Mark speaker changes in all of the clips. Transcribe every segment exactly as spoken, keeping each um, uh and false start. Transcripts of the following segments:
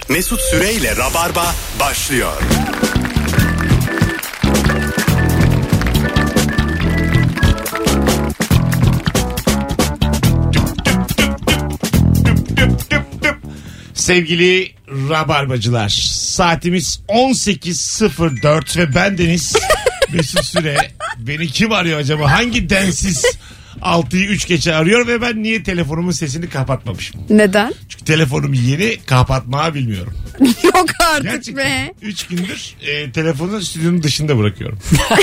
Speaker 1: Mesut Süreyle Rabarba başlıyor.
Speaker 2: Sevgili Rabarbacılar, saatimiz on sekiz sıfır dört ve bendeniz Mesut Süre. Beni kim arıyor acaba? Hangi densiz altıyı üç geçe arıyor ve ben niye telefonumun sesini kapatmamışım?
Speaker 3: Neden?
Speaker 2: Çünkü telefonum yeni, kapatmayı bilmiyorum.
Speaker 3: Yok artık
Speaker 2: Gerçekten
Speaker 3: be.
Speaker 2: üç gündür e, telefonu stüdyonun dışında bırakıyorum.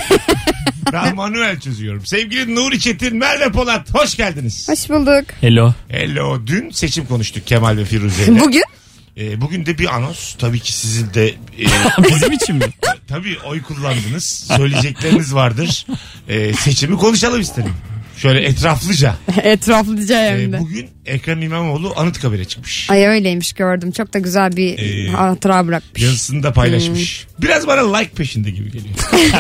Speaker 2: Ben manuel çözüyorum. Sevgili Nuri Çetin, Merve Polat, hoş geldiniz.
Speaker 3: Hoş bulduk.
Speaker 4: Hello.
Speaker 2: Hello. Dün seçim konuştuk Kemal ve Firuze'yle.
Speaker 3: Bugün?
Speaker 2: E, bugün de bir anons. Tabii ki sizin de... E,
Speaker 4: Bizim için mi?
Speaker 2: tabii oy kullandınız. Söyleyecekleriniz vardır. E, seçimi konuşalım istedim. Şöyle etraflıca.
Speaker 3: Etraflıca
Speaker 2: E,
Speaker 3: hem de.
Speaker 2: bugün Ekrem İmamoğlu Anıtkabir'e çıkmış.
Speaker 3: Ay öyleymiş, gördüm. Çok da güzel bir
Speaker 2: Ee,
Speaker 3: hatıra bırakmış.
Speaker 2: Yazısını da paylaşmış. Hmm. Biraz bana like peşinde gibi geliyor.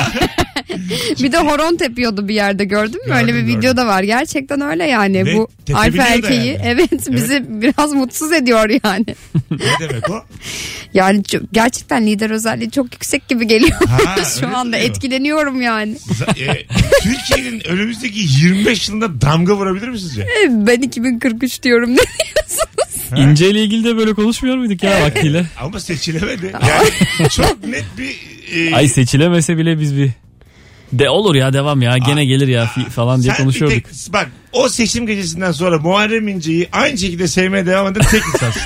Speaker 3: Bir de horon tepiyordu bir yerde, gördün mü?
Speaker 2: Gördüm,
Speaker 3: öyle bir
Speaker 2: gördüm.
Speaker 3: video da var. Gerçekten öyle yani.
Speaker 2: Ve
Speaker 3: bu alfa
Speaker 2: tepebiliyor da
Speaker 3: erkeği
Speaker 2: yani.
Speaker 3: evet, bizi
Speaker 2: Evet.
Speaker 3: biraz mutsuz ediyor yani.
Speaker 2: Ne demek o?
Speaker 3: Yani çok- gerçekten lider özelliği çok yüksek gibi geliyor.
Speaker 2: Ha,
Speaker 3: Şu
Speaker 2: öyle
Speaker 3: anda
Speaker 2: diyor.
Speaker 3: etkileniyorum yani.
Speaker 2: Z- e, Türkiye'nin önümüzdeki yirmi beş yılında damga vurabilir mi sizce?
Speaker 3: Ben iki bin kırk üç diyorum. Ne diyorsunuz?
Speaker 4: İnce ile ilgili de böyle konuşmuyor muyduk ya vaktiyle?
Speaker 2: Ama seçilemedi. Yani çok net bir... e,
Speaker 4: Ay seçilemese bile biz bir de olur ya, devam ya, gene gelir ya fi- falan diye
Speaker 2: sen
Speaker 4: konuşuyorduk.
Speaker 2: bir tek- bak o seçim gecesinden sonra Muharrem İnce'yi aynı şekilde sevmeye devam eden tek insansın.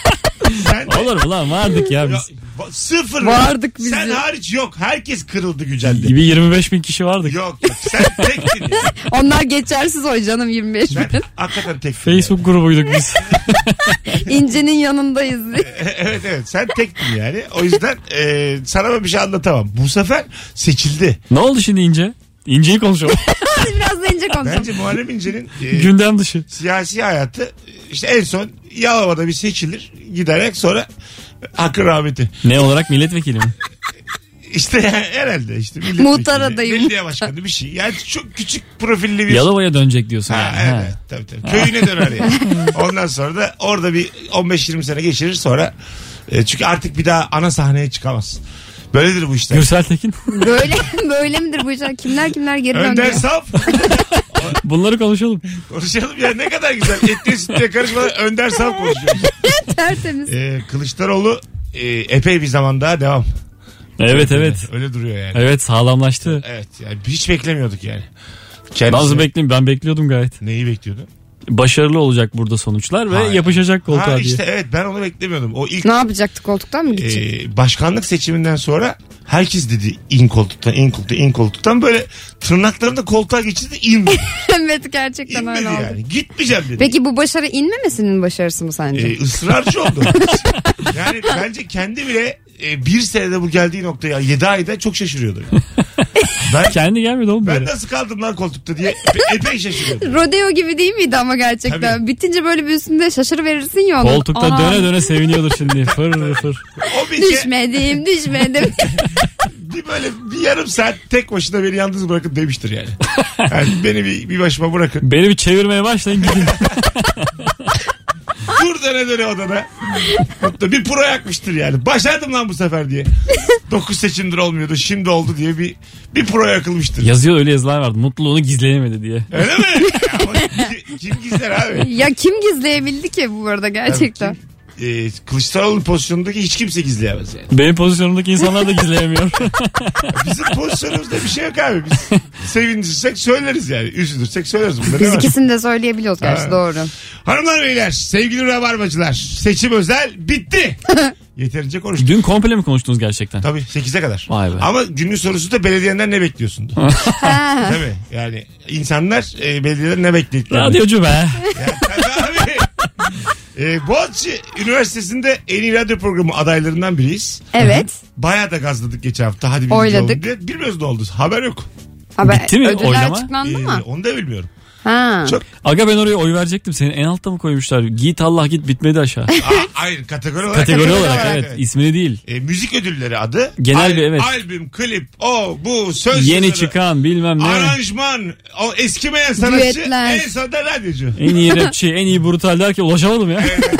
Speaker 2: Sen de-
Speaker 4: Olur mu lan, vardık ya
Speaker 2: Ya,
Speaker 4: biz.
Speaker 2: va- sıfır.
Speaker 3: Vardık biz
Speaker 2: Sen
Speaker 3: de.
Speaker 2: hariç yok. Herkes kırıldı, güceldi.
Speaker 4: Gibi yirmi beş bin kişi vardık.
Speaker 2: Yok yok. Sen tektin. Yani.
Speaker 3: Onlar geçersiz oy canım, yirmi beş
Speaker 2: Sen
Speaker 3: bin.
Speaker 2: hakikaten tektin.
Speaker 4: Facebook grubuyduk biz.
Speaker 3: İnce'nin yanındayız.
Speaker 2: Evet evet, sen tektin yani. O yüzden e, sana ben bir şey anlatamam. Bu sefer seçildi.
Speaker 4: Ne oldu şimdi İnce? İnce'yi konuşalım.
Speaker 3: Biraz da ince konuşalım.
Speaker 2: Bence Muharrem İnce'nin e,
Speaker 4: Gündem dışı.
Speaker 2: siyasi hayatı işte en son Yalova'da bir seçilir. Giderek sonra hakkı rahmeti.
Speaker 4: Ne olarak, milletvekili mi?
Speaker 2: İşte yani herhalde işte milletvekili,
Speaker 3: Muhtar adayı,
Speaker 2: belediye
Speaker 3: muhtar.
Speaker 2: başkanı bir şey. Yani çok küçük profilli bir...
Speaker 4: Yalova'ya dönecek diyorsun
Speaker 2: Ha,
Speaker 4: yani.
Speaker 2: evet,
Speaker 4: Ha.
Speaker 2: tabii, tabii. Köyüne döner yani. Ondan sonra da orada bir on beş yirmi sene geçirir sonra e, çünkü artık bir daha ana sahneye çıkamaz. Böyledir bu işler.
Speaker 4: Gürsel Tekin.
Speaker 3: Böyle böyle midir bu işler? Kimler kimler geri
Speaker 2: Önder
Speaker 3: döndü?
Speaker 2: Saf.
Speaker 4: Bunları konuşalım.
Speaker 2: Konuşalım ya, ne kadar güzel. Etliye sütlüye karışmadan Önder Saf konuşuyoruz.
Speaker 3: Tertemiz.
Speaker 2: E, Kılıçdaroğlu e, epey bir zaman daha devam.
Speaker 4: Evet evet.
Speaker 2: Öyle duruyor yani.
Speaker 4: Evet, sağlamlaştı.
Speaker 2: Evet yani hiç beklemiyorduk yani. Kendisi-
Speaker 4: Nasıl bekleyeyim, ben bekliyordum gayet.
Speaker 2: Neyi bekliyordun?
Speaker 4: Başarılı olacak burada sonuçlar ve
Speaker 2: Ha,
Speaker 4: yapışacak koltuğa
Speaker 2: Ha
Speaker 4: diye.
Speaker 2: işte evet, ben onu beklemiyordum. O ilk
Speaker 3: Ne yapacaktı, koltuktan mı gidecek?
Speaker 2: e, başkanlık seçiminden sonra herkes dedi in koltuktan in koltuktan in koltuktan, böyle tırnaklarını da koltuğa geçirdi, inmedi.
Speaker 3: Evet, gerçekten
Speaker 2: İnmedi
Speaker 3: öyle oldu.
Speaker 2: yani. Gitmeyeceğim dedi.
Speaker 3: Peki bu başarı inmemesinin başarısı mı sence?
Speaker 2: E, ısrarcı oldu. Yani bence kendi bile e, bir senede bu geldiği noktaya yedi ayda çok şaşırıyordu. Yani. Ben,
Speaker 4: Kendi gelmedi oğlum
Speaker 2: ben
Speaker 4: böyle.
Speaker 2: nasıl kaldım lan koltukta diye epe- epey şaşırıyordum.
Speaker 3: Rodeo gibi değil miydi ama gerçekten?
Speaker 2: Tabii.
Speaker 3: Bitince böyle bir üstünde şaşırı verirsin ya onun.
Speaker 4: Koltukta
Speaker 3: Aa,
Speaker 4: döne döne seviniyordur şimdi. Fır fır.
Speaker 2: O bir, ke-
Speaker 3: Düşmedim düşmedim.
Speaker 2: bir böyle bir yarım saat tek başına beni yalnız bırakın demiştir yani. Yani beni bir, bir başıma bırakın.
Speaker 4: Beni bir çevirmeye başlayın gidin.
Speaker 2: Dur döne döne odana. Mutlu bir pro yakmıştır yani. Başardım lan bu sefer diye. Dokuz seçimdir olmuyordu, şimdi oldu diye bir bir pro yakılmıştır.
Speaker 4: Yazıyor, öyle yazılar vardı. Mutluluğunu gizleyemedi diye.
Speaker 2: Öyle mi? Ama kim, kim gizler abi?
Speaker 3: Ya kim gizleyebildi ki bu arada gerçekten?
Speaker 2: Kim, e, Kılıçdaroğlu'nun pozisyonundaki hiç kimse gizleyemez yani.
Speaker 4: Benim pozisyonumdaki insanlar da gizleyemiyor.
Speaker 2: Bizim pozisyonumuzda bir şey yok abi. Biz sevinirsek söyleriz yani. Üzülürsek söyleriz. Bunda ne
Speaker 3: Biz
Speaker 2: var?
Speaker 3: ikisini de söyleyebiliyoruz gerçi,
Speaker 2: Ha.
Speaker 3: doğru.
Speaker 2: Hanımlar beyler, sevgili rabarbacılar, seçim özel bitti. Yeterince konuştuk.
Speaker 4: Dün komple mi konuştunuz gerçekten?
Speaker 2: Tabii sekize kadar.
Speaker 4: Vay be.
Speaker 2: Ama günün sorusu da belediyenden ne bekliyorsun?
Speaker 3: Ha.
Speaker 2: Tabii yani insanlar e, belediyeden ne beklediklerini.
Speaker 4: Radyocu be.
Speaker 2: Yani, tabii abi. E, Boğaziçi Üniversitesi'nde en iyi radyo programı adaylarından biriyiz.
Speaker 3: Evet.
Speaker 2: Bayağı da gazladık geçen hafta. Hadi birinci
Speaker 3: Oyladık.
Speaker 2: olduk diye. Bilmiyoruz ne oldu. Haber yok.
Speaker 3: Haber,
Speaker 4: Bitti mi
Speaker 3: ödüller
Speaker 4: oylama?
Speaker 3: açıklandı
Speaker 2: E,
Speaker 3: mı?
Speaker 2: onu da bilmiyorum.
Speaker 3: Ha.
Speaker 2: Çok
Speaker 4: Aga ben oraya oy verecektim. Senin en altta mı koymuşlar? Git Allah git, bitmedi aşağı.
Speaker 2: Aa, hayır, kategori olarak.
Speaker 4: Kategori
Speaker 3: Kategori
Speaker 4: olarak
Speaker 3: olarak,
Speaker 4: evet.
Speaker 2: evet.
Speaker 4: İsmini değil.
Speaker 2: E, müzik ödülleri adı.
Speaker 4: Genel bir, evet.
Speaker 2: Albüm, klip, o, bu, söz
Speaker 4: Yeni
Speaker 2: yazarı,
Speaker 4: çıkan bilmem ne.
Speaker 2: aranjman, o eskimeyen sanatçı,
Speaker 3: Düetler.
Speaker 2: en sonunda radyocu.
Speaker 4: En iyi rapçi, en iyi brutal derken ulaşamadım ya.
Speaker 2: Evet.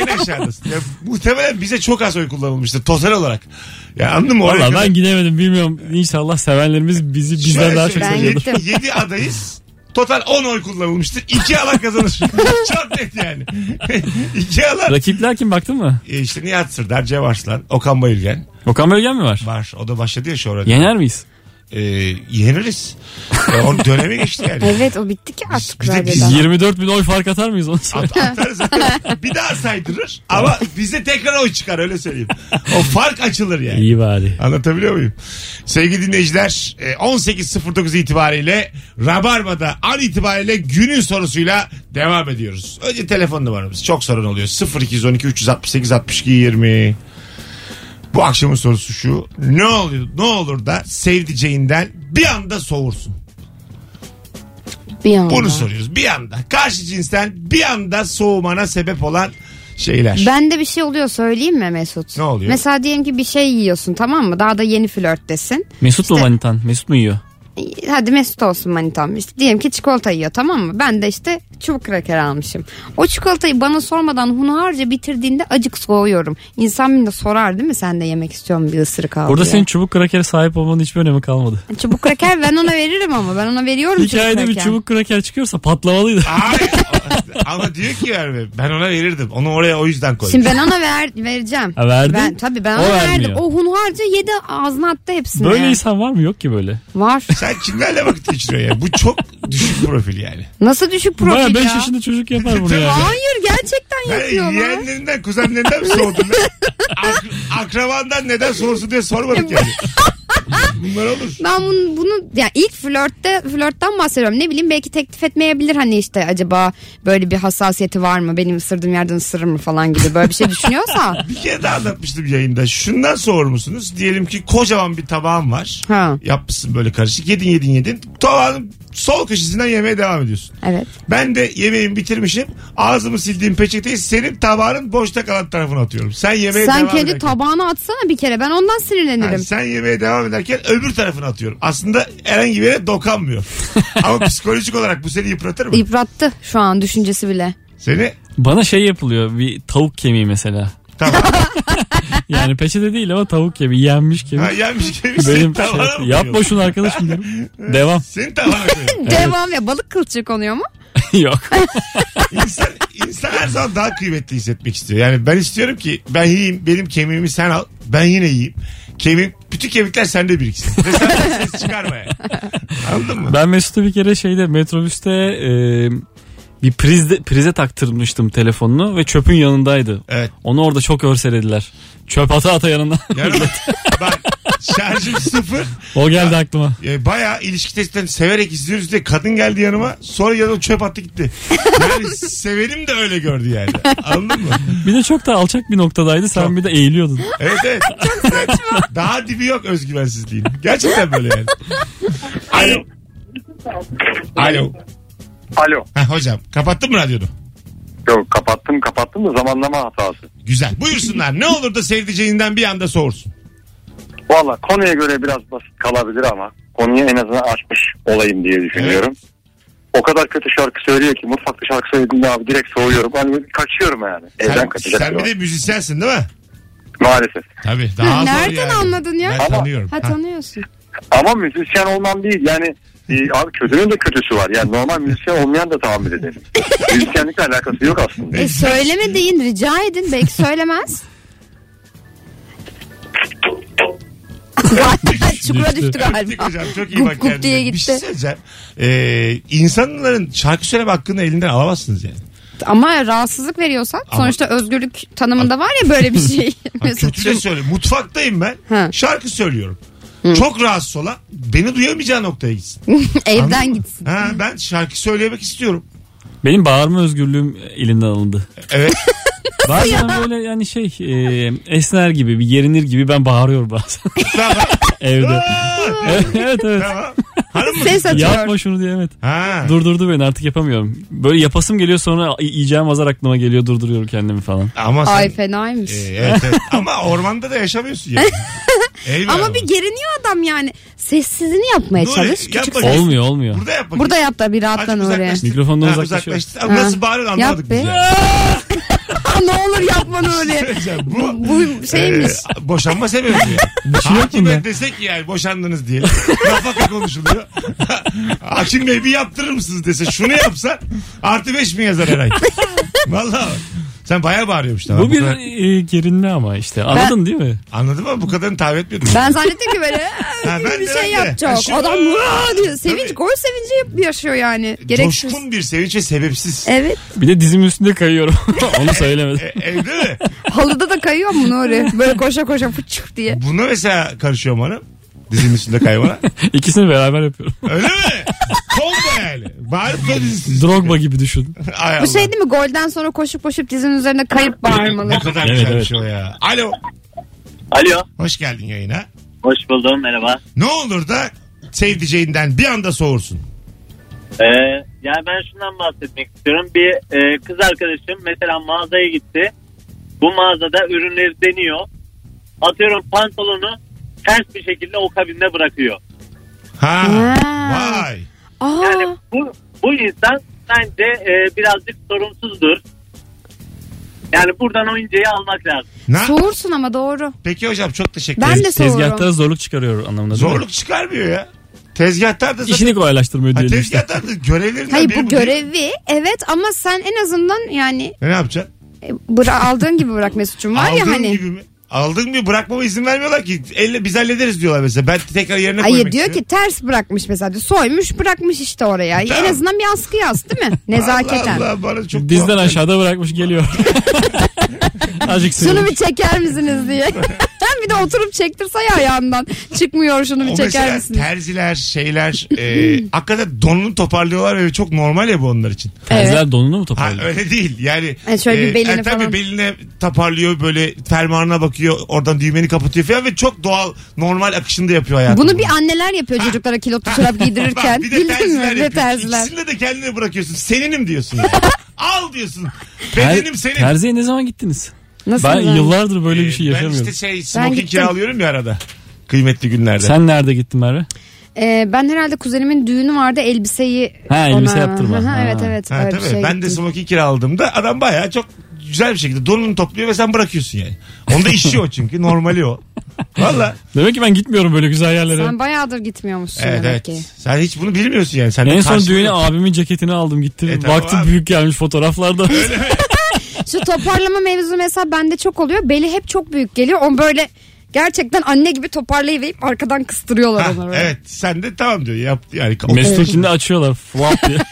Speaker 2: en aşağıdasın. Ya, muhtemelen bize çok az oy kullanılmıştır total olarak. Ya anladın mı?
Speaker 4: Valla ben gidemedim bilmiyorum. İnşallah sevenlerimiz bizi bizden
Speaker 2: Şöyle
Speaker 4: daha çok
Speaker 2: söyleyeyim.
Speaker 4: seviyordur.
Speaker 2: yedi adayız. Total on oy kullanılmıştır. iki alan kazanır. Çok net yani. iki alan.
Speaker 4: Rakipler kim baktın mı?
Speaker 2: E işte Nihat Sırdar, Cem Arslan, Okan Bayülgen.
Speaker 4: Okan Bölgen mi var?
Speaker 2: Var. O da başladı ya şu arada.
Speaker 4: Yener miyiz?
Speaker 2: Ee, yeniriz. E, onun dönemi geçti yani.
Speaker 3: Evet o bitti ki artık.
Speaker 2: Biz de-
Speaker 3: radyoda.
Speaker 2: biz
Speaker 4: yirmi dört bin oy fark atar mıyız onu söyle.
Speaker 2: At, atarız, atarız. Bir daha saydırır ama bize tekrar oy çıkar öyle söyleyeyim. O fark açılır yani.
Speaker 4: İyi bari.
Speaker 2: Anlatabiliyor muyum? Sevgili dinleyiciler on sekiz sıfır dokuz itibariyle Rabarba'da an itibariyle günün sorusuyla devam ediyoruz. Önce telefon numaramız çok sorun oluyor. sıfır iki on iki üç altı sekiz altmış iki yirmi. Bu akşamın sorusu şu. Ne oluyor? Ne olur da sevdiceğinden bir anda soğursun?
Speaker 3: Bir anda.
Speaker 2: Bunu soruyoruz. Bir anda. Karşı cinsten bir anda soğumana sebep olan şeyler.
Speaker 3: Bende bir şey oluyor söyleyeyim mi Mesut?
Speaker 2: Ne oluyor?
Speaker 3: Mesela diyelim ki bir şey yiyorsun tamam mı? Daha da yeni flörttesin.
Speaker 4: Mesut mu
Speaker 3: İşte-
Speaker 4: manitan? Mesut mu yiyor?
Speaker 3: Hadi Mesut olsun manitam. İşte diyelim ki çikolata yiyor tamam mı? Ben de işte çubuk kraker almışım. O çikolatayı bana sormadan hunharca bitirdiğinde acık soğuyorum. İnsan bir de sorar değil mi? Sen de yemek istiyor musun bir ısırık al
Speaker 4: Burada
Speaker 3: diye.
Speaker 4: senin çubuk krakere sahip olmanın hiçbir önemi kalmadı.
Speaker 3: Çubuk kraker ben ona veririm ama ben ona veriyorum
Speaker 4: Hikayede
Speaker 3: çubuk
Speaker 4: bir
Speaker 3: kraker.
Speaker 4: çubuk kraker çıkıyorsa patlamalıydı.
Speaker 2: Hayır. Ama diyor ki yani ben ona verirdim. Onu oraya o yüzden koydum.
Speaker 3: Şimdi ben ona ver, vereceğim.
Speaker 4: Ha, verdin?
Speaker 3: Ben, tabii ben
Speaker 4: O
Speaker 3: ona
Speaker 4: vermiyor.
Speaker 3: verdim. O hunharca yedi ağzına attı hepsini.
Speaker 4: Böyle insan var mı? Yok ki böyle.
Speaker 3: Var.
Speaker 2: Sen kimlerle vakit geçiriyorsun ya? Bu çok düşük profil yani.
Speaker 3: Nasıl düşük
Speaker 4: Baya
Speaker 3: profil
Speaker 4: beş
Speaker 3: ya?
Speaker 4: yaşında çocuk yapar bunu yani.
Speaker 3: Hayır gerçekten
Speaker 2: Yani
Speaker 3: yapıyorlar.
Speaker 2: yeğenlerinden, kuzenlerinden mi soğudun? lan? Ak- akrabandan neden soğursun diye sormadık yani. Bunlar olur.
Speaker 3: Ben bunu, bunu ya ilk flörtte flörtten bahsediyorum. Ne bileyim belki teklif etmeyebilir hani işte acaba böyle bir hassasiyeti var mı? Benim ısırdığım yerden ısırır mı falan gibi böyle bir şey düşünüyorsa.
Speaker 2: Bir kere daha anlatmıştım yayında. Şundan soğur musunuz? Diyelim ki kocaman bir tabağın var.
Speaker 3: Ha.
Speaker 2: Yapmışsın böyle karışık. Yedin yedin yedin. Tabağın sol köşesinden yemeye devam ediyorsun.
Speaker 3: Evet.
Speaker 2: Ben de yemeğimi bitirmişim. Ağzımı sildiğim peçeteyi senin tabağın boşta kalan tarafına atıyorum. Sen yemeğe
Speaker 3: Sen
Speaker 2: devam
Speaker 3: kendi
Speaker 2: ederken.
Speaker 3: tabağına atsana bir kere. Ben ondan sinirlenirim.
Speaker 2: Yani sen yemeğe devam ederken öbür tarafına atıyorum. Aslında herhangi bir yere dokanmıyor. Ama psikolojik olarak bu seni yıpratır mı?
Speaker 3: Yıprattı şu an düşüncesi bile.
Speaker 2: Seni
Speaker 4: Bana şey yapılıyor. Bir tavuk kemiği mesela.
Speaker 2: tamam.
Speaker 4: Yani peçete değil ama tavuk kemiği. Yenmiş kemiği.
Speaker 2: Ha, yenmiş gibi
Speaker 4: Benim
Speaker 2: senin
Speaker 4: şey,
Speaker 2: tavana mı
Speaker 4: yapma
Speaker 2: koyuyor?
Speaker 4: şunu arkadaşım derim. Devam.
Speaker 2: Senin tavana koyuyor.
Speaker 3: Devam ya balık kılçığı konuyor mu?
Speaker 4: Yok.
Speaker 2: İnsan, insan her zaman daha kıymetli hissetmek istiyor. Yani ben istiyorum ki ben yiyeyim, benim kemiğimi sen al, ben yine yiyeyim. Kemik, bütün kemikler sende biriksin. Ve sen de ses çıkarma yani. Anladın mı?
Speaker 4: Ben Mesut'a bir kere şeyde metrobüste e, bir prizde, prize taktırmıştım telefonunu ve çöpün yanındaydı.
Speaker 2: Evet.
Speaker 4: Onu orada çok örselediler. Çöp ata ata yanına.
Speaker 2: Yani bak şarjım sıfır.
Speaker 4: O geldi aklıma.
Speaker 2: E, bayağı ilişki testinden severek izliyoruz diye kadın geldi yanıma. Sonra yanıma çöp attı gitti. Yani sevenim de öyle gördü yani. Anladın mı?
Speaker 4: Bir de çok da alçak bir noktadaydı. Sen
Speaker 2: Çok.
Speaker 4: bir de eğiliyordun.
Speaker 2: Evet evet. Evet. Daha dibi yok özgüvensizliğin. Gerçekten böyle yani. Alo. Alo.
Speaker 5: Alo.
Speaker 2: Heh, hocam kapattın mı radyonu?
Speaker 5: Yok kapattım kapattım da zamanlama hatası.
Speaker 2: Güzel. Buyursunlar. Ne olur da sevdiceğinden bir anda soğursun.
Speaker 5: Valla konuya göre biraz basit kalabilir ama konuyu en azından açmış olayım diye düşünüyorum. O kadar kötü şarkı söylüyor ki mutfakta şarkı söylediğinde abi direkt soğuyorum. Hani kaçıyorum yani. Evden
Speaker 2: Sen,
Speaker 5: kaçacak.
Speaker 2: sen bir de müzisyensin değil mi?
Speaker 5: Maalesef.
Speaker 2: Tabii. Daha zor
Speaker 3: Nereden
Speaker 2: yani.
Speaker 3: anladın ya?
Speaker 2: Ben
Speaker 5: Ama-
Speaker 2: tanıyorum.
Speaker 3: Ha
Speaker 2: Ha.
Speaker 3: tanıyorsun.
Speaker 5: Ama müzisyen olmam değil yani. e, abi kötünün de kötüsü var. Yani normal müzisyen olmayan da tahammül ederim. Müzisyenlikle alakası yok aslında.
Speaker 3: E söyleme deyin rica edin belki söylemez. Çukura düştü
Speaker 2: Öptük
Speaker 3: galiba.
Speaker 2: hocam. Çok iyi
Speaker 3: Gup
Speaker 2: bak
Speaker 3: gup
Speaker 2: kendine.
Speaker 3: diye
Speaker 2: Bir şey
Speaker 3: gitti.
Speaker 2: söyleyeceğim. Ee, insanların şarkı söyleme hakkını elinden alamazsınız yani.
Speaker 3: Ama rahatsızlık veriyorsan
Speaker 2: Ama-
Speaker 3: sonuçta özgürlük tanımında var ya böyle bir şey.
Speaker 2: Ha, kötü de
Speaker 3: Mesut'cum.
Speaker 2: söyle. Mutfaktayım ben.
Speaker 3: Ha.
Speaker 2: Şarkı söylüyorum. Çok rahatsız olan beni duyamayacağı noktaya gitsin.
Speaker 3: Evden
Speaker 2: Anladın mı?
Speaker 3: gitsin.
Speaker 2: Ha, ben şarkı söylemek istiyorum.
Speaker 4: Benim bağırma özgürlüğüm elinden alındı.
Speaker 2: Evet.
Speaker 4: Bazen böyle yani şey e, esner gibi bir gerinir gibi ben bağırıyorum bazen
Speaker 2: Tamam.
Speaker 4: evde.
Speaker 2: Aa,
Speaker 4: evet evet. evet.
Speaker 2: tamam. Hanım mı?
Speaker 3: Ses açıyor.
Speaker 4: Yapma şunu diye evet.
Speaker 2: Ha.
Speaker 4: Durdurdu beni artık yapamıyorum. Böyle yapasım geliyor sonra y- yiyeceğim azar aklıma geliyor durduruyorum kendimi falan.
Speaker 2: Ama sen,
Speaker 3: Ay fenaymış.
Speaker 2: Ee, evet, evet. Ama ormanda da yaşamıyorsun yani. Eyvallah.
Speaker 3: Ama bir geriniyor adam yani. Sessizini yapmaya
Speaker 2: Nuri,
Speaker 3: çalış.
Speaker 2: yap
Speaker 3: Küçük
Speaker 2: bakayım.
Speaker 3: ses.
Speaker 4: Olmuyor olmuyor.
Speaker 2: Burada yap bakayım.
Speaker 3: Burada yap da bir rahatlan
Speaker 2: Azıcık
Speaker 3: oraya.
Speaker 2: uzaklaştır.
Speaker 4: Mikrofondan
Speaker 2: Ha,
Speaker 4: uzaklaşıyor.
Speaker 2: uzaklaştır. Ama nasıl bağırıyorsun
Speaker 3: Yap
Speaker 2: anlamadık
Speaker 3: be.
Speaker 2: biz ya.
Speaker 3: ne olur yapma öyle.
Speaker 2: Bu,
Speaker 3: Bu şeymiş.
Speaker 2: E, boşanma sebebi yani. Hakime desek ki yani boşandınız diye. Nafaka konuşuluyor. Hakim Bey bir yaptırır mısınız dese şunu yapsan artı beş mi yazar her ay? Vallahi sen bayağı bağırıyormuş tamam.
Speaker 4: Bu bir
Speaker 2: kadar...
Speaker 4: e, gerinme ama işte anladın ben, değil mi?
Speaker 2: Anladın mı? Bu kadarını tahayyül etmiyordum.
Speaker 3: Ben zannettim ki böyle
Speaker 2: ha, ben
Speaker 3: bir
Speaker 2: de,
Speaker 3: şey
Speaker 2: ben
Speaker 3: yapacak.
Speaker 2: Şu...
Speaker 3: Adam diyor. Sevinç, tabii. Gol sevinci yaşıyor yani. Gereksiz.
Speaker 2: Coşkun bir sevinç ve sebepsiz.
Speaker 3: Evet.
Speaker 4: Bir de dizimin üstünde kayıyorum. Onu söylemedim.
Speaker 2: e, evde mi?
Speaker 3: Halıda da kayıyor mu Nuri? Böyle koşa koşa fıçık diye.
Speaker 2: Buna mesela karışıyor bana. Dizinin üstünde kaymana.
Speaker 4: İkisini beraber yapıyorum.
Speaker 2: Öyle mi? Kombo yani. Bağırıp dizisi.
Speaker 4: Drogba gibi düşün.
Speaker 3: Bu şey değil mi? Golden sonra koşup koşup dizinin üzerine kayıp bağırmalı.
Speaker 2: Ne kadar
Speaker 4: evet,
Speaker 2: güzel
Speaker 4: evet.
Speaker 2: bir şey o ya. Alo.
Speaker 5: Alo.
Speaker 2: Hoş geldin yayına.
Speaker 5: Hoş buldum, merhaba.
Speaker 2: Ne olur da sevdiceğinden bir anda soğursun.
Speaker 5: Ee, yani ben şundan bahsetmek istiyorum. Bir e, kız arkadaşım mesela mağazaya gitti. Bu mağazada ürünleri deniyor. Atıyorum pantolonu ters bir şekilde o kabinde bırakıyor.
Speaker 2: Ha,
Speaker 3: Ha.
Speaker 2: vay.
Speaker 3: Aa.
Speaker 5: Yani bu bu insan bence e, birazcık sorumsuzdur. Yani buradan o inceyi almak lazım.
Speaker 2: Na?
Speaker 3: Soğursun ama doğru.
Speaker 2: Peki hocam çok teşekkür
Speaker 3: Ben
Speaker 2: ederim.
Speaker 3: de soğurum.
Speaker 4: Tezgahlara zorluk çıkarıyor anlamında.
Speaker 2: Zorluk çıkarmıyor ya. Tezgahtar da zaten...
Speaker 4: İşini kolaylaştırmıyor
Speaker 2: ha,
Speaker 4: diyelim işte.
Speaker 2: tezgahtar da görevlerinden
Speaker 3: Hayır
Speaker 2: biri
Speaker 3: bu
Speaker 2: bu değil.
Speaker 3: görevi evet ama sen en azından yani
Speaker 2: E, ne yapacaksın?
Speaker 3: e, bıra- aldığın gibi bırak Mesut'cum var
Speaker 2: Aldığın
Speaker 3: ya hani.
Speaker 2: gibi mi? Aldığın gibi bırakmama izin vermiyorlar ki. Elle biz hallederiz diyorlar mesela. Ben tekrar yerine koymak
Speaker 3: Hayır diyor
Speaker 2: istiyorum.
Speaker 3: ki ters bırakmış mesela. Soymuş bırakmış işte oraya.
Speaker 2: Tamam.
Speaker 3: En azından bir askı yaz değil mi? Nezaketen.
Speaker 2: Allah Allah bana çok
Speaker 4: Dizden
Speaker 2: tuhaf
Speaker 4: aşağıda bırakmış geliyor. Azıcık
Speaker 3: Şunu
Speaker 4: sürüyor.
Speaker 3: bir çeker misiniz diye. Bir de oturup çektirse ya ayağından. Çıkmıyor şunu bir
Speaker 2: O
Speaker 3: çeker
Speaker 2: mesela
Speaker 3: misiniz?
Speaker 2: terziler şeyler e, hakikaten donunu toparlıyorlar ve çok normal ya bu onlar için.
Speaker 4: Terziler donunu mu
Speaker 2: Ha,
Speaker 4: toparlıyor?
Speaker 2: öyle değil yani.
Speaker 3: Yani şöyle bir belini
Speaker 2: e, tabii
Speaker 3: falan.
Speaker 2: beline toparlıyor böyle fermuarına bakıyor oradan düğmeni kapatıyor falan ve çok doğal normal akışında yapıyor hayatını.
Speaker 3: Bunu bir anneler yapıyor çocuklara kilotlu çorap giydirirken.
Speaker 2: Bak, bir de
Speaker 3: Bildin
Speaker 2: terziler
Speaker 3: mi? Bir de
Speaker 2: yapıyor.
Speaker 3: terziler.
Speaker 2: İkisinde de kendine bırakıyorsun. Seninim diyorsun yani. Al diyorsun. Bedenim senin.
Speaker 4: Terziye ne zaman gittiniz?
Speaker 3: Nasıl
Speaker 4: Ben
Speaker 3: yani?
Speaker 4: yıllardır böyle bir şey
Speaker 2: Ben
Speaker 4: yaşamıyorum.
Speaker 2: işte şey smoking
Speaker 3: gittim.
Speaker 2: kiralıyorum ya arada. Kıymetli günlerde.
Speaker 4: Sen nerede gittin Merve?
Speaker 3: Ee, ben herhalde kuzenimin düğünü vardı elbiseyi.
Speaker 4: Ha, elbise
Speaker 3: ona-
Speaker 4: yaptırma.
Speaker 3: Aha,
Speaker 4: Ha.
Speaker 3: evet evet.
Speaker 2: Ha,
Speaker 3: öyle
Speaker 2: tabii.
Speaker 3: bir şey
Speaker 2: Ben de
Speaker 3: gittim.
Speaker 2: smoking kiraladığımda adam bayağı çok güzel bir şekilde donunu topluyor ve sen bırakıyorsun yani. Onda işi o çünkü. Normali o. Valla.
Speaker 4: Demek ki ben gitmiyorum böyle güzel yerlere.
Speaker 3: Sen bayağıdır gitmiyormuşsun
Speaker 2: Evet
Speaker 3: demek
Speaker 2: evet.
Speaker 3: ki.
Speaker 2: Sen hiç bunu bilmiyorsun yani. Sen
Speaker 4: En
Speaker 2: de
Speaker 4: son
Speaker 2: karşılığı-
Speaker 4: düğüne abimin ceketini aldım gittim.
Speaker 2: E, tamam
Speaker 4: Baktım
Speaker 2: abi.
Speaker 4: büyük gelmiş fotoğraflarda.
Speaker 3: Şu toparlama mevzu mesela bende çok oluyor. Beli hep çok büyük geliyor. O böyle gerçekten anne gibi toparlayıp arkadan kıstırıyorlar
Speaker 2: Ha,
Speaker 3: onu. böyle.
Speaker 2: evet sen de tamam diyor. Yap, yani,
Speaker 4: Mesut'unkini açıyorlar. Flap diye.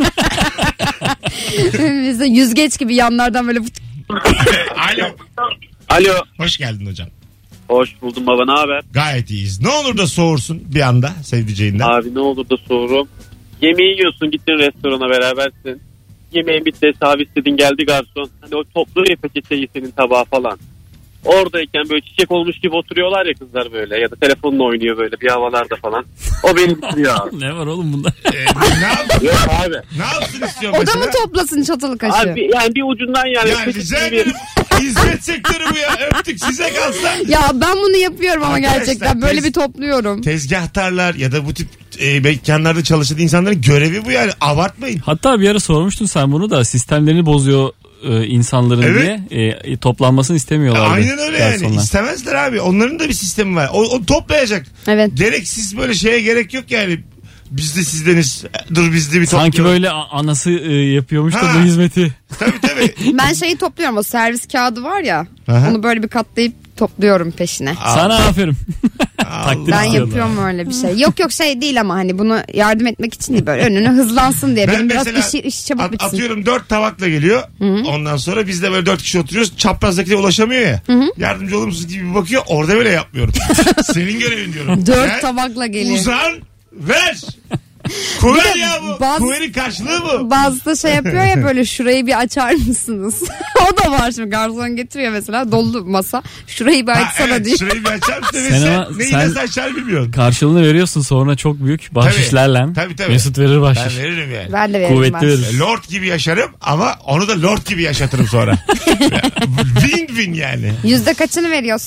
Speaker 3: Bizde yüzgeç gibi yanlardan böyle
Speaker 2: Alo.
Speaker 5: Alo.
Speaker 2: Hoş geldin hocam.
Speaker 5: Hoş buldum baba, ne haber?
Speaker 2: Gayet iyiyiz. Ne olur da soğursun bir anda sevdiceğinden.
Speaker 5: Abi ne olur da sorum. Yemeği yiyorsun, gittin restorana berabersin. Yemeğin bitti, hesabı istedin, geldi garson. Hani o topluyor ya peçeteyi senin tabağa falan. Oradayken böyle çiçek olmuş gibi oturuyorlar ya kızlar böyle. Ya da telefonla oynuyor böyle bir havalarda falan. O beni bitiriyor abi.
Speaker 4: Ne var oğlum bunda?
Speaker 2: Ee, ne, yap-
Speaker 5: Yok abi.
Speaker 2: ne yapsın istiyor
Speaker 3: o da
Speaker 2: mesela?
Speaker 3: mı toplasın çatalı kaşığı?
Speaker 5: Abi yani bir ucundan yani.
Speaker 2: Ya rica ederim. Hizmet sektörü bu ya. Öptük size kalsa.
Speaker 3: Ya ben bunu yapıyorum ama
Speaker 2: Arkadaşlar,
Speaker 3: gerçekten böyle
Speaker 2: tez-
Speaker 3: bir topluyorum.
Speaker 2: Tezgahtarlar ya da bu tip e, mekanlarda çalışan insanların görevi bu yani. Abartmayın.
Speaker 4: Hatta bir ara sormuştun sen bunu da sistemlerini bozuyor e, insanların
Speaker 2: Evet.
Speaker 4: diye e, toplanmasını istemiyorlardı.
Speaker 2: Aynen öyle yani.
Speaker 4: garsonlar.
Speaker 2: İstemezler abi. Onların da bir sistemi var. O, o toplayacak.
Speaker 3: Evet.
Speaker 2: Gereksiz böyle şeye gerek yok yani. Biz de sizdeniz. Dur biz de bir
Speaker 4: Sanki
Speaker 2: toplayalım.
Speaker 4: böyle a- anası e, yapıyormuş da
Speaker 2: Ha.
Speaker 4: bu hizmeti.
Speaker 2: Tabii tabii.
Speaker 3: Ben şeyi topluyorum, o servis kağıdı var ya.
Speaker 2: Aha.
Speaker 3: Onu böyle bir katlayıp topluyorum peşine.
Speaker 4: Sana aferin. Takdir
Speaker 3: Ben
Speaker 4: istiyorum.
Speaker 3: yapıyorum öyle bir şey. Yok yok şey değil ama hani bunu yardım etmek için değil, böyle önüne hızlansın diye.
Speaker 2: Ben
Speaker 3: Benim biraz
Speaker 2: mesela
Speaker 3: işi, iş çabuk
Speaker 2: at-
Speaker 3: bitsin.
Speaker 2: atıyorum dört tabakla geliyor. Ondan sonra biz de böyle dört kişi oturuyoruz. Çaprazdaki de ulaşamıyor ya. Yardımcı olur musunuz gibi bakıyor. Orada böyle yapmıyorum. Senin görevin diyorum.
Speaker 3: Dört
Speaker 2: Sen
Speaker 3: tabakla geliyor.
Speaker 2: Uzan ver. Kuver
Speaker 3: Bir de
Speaker 2: ya bu.
Speaker 3: bazı-
Speaker 2: Kuverin karşılığı bu.
Speaker 3: Bazısı da şey yapıyor ya, böyle şurayı bir açar mısınız? O da var şimdi, garson getiriyor mesela, dolu masa. Şurayı bir
Speaker 2: Ha,
Speaker 3: açsana
Speaker 2: evet,
Speaker 3: diyor.
Speaker 2: şurayı bir açar mısın? Ve
Speaker 4: Sen
Speaker 2: sen,
Speaker 4: ama-
Speaker 2: neyi
Speaker 4: sen-
Speaker 2: nasıl açar bilmiyorsun.
Speaker 4: Karşılığını veriyorsun sonra çok büyük bahşişlerle.
Speaker 2: Tabii, tabii.
Speaker 4: Mesut verir
Speaker 2: Ben
Speaker 4: bahşiş.
Speaker 2: veririm yani.
Speaker 3: Ben de veririm.
Speaker 4: Kuvvetli
Speaker 3: ben.
Speaker 4: verir.
Speaker 2: Lord gibi yaşarım ama onu da Lord gibi yaşatırım sonra. Win win yani.
Speaker 3: Yüzde kaçını veriyorsun?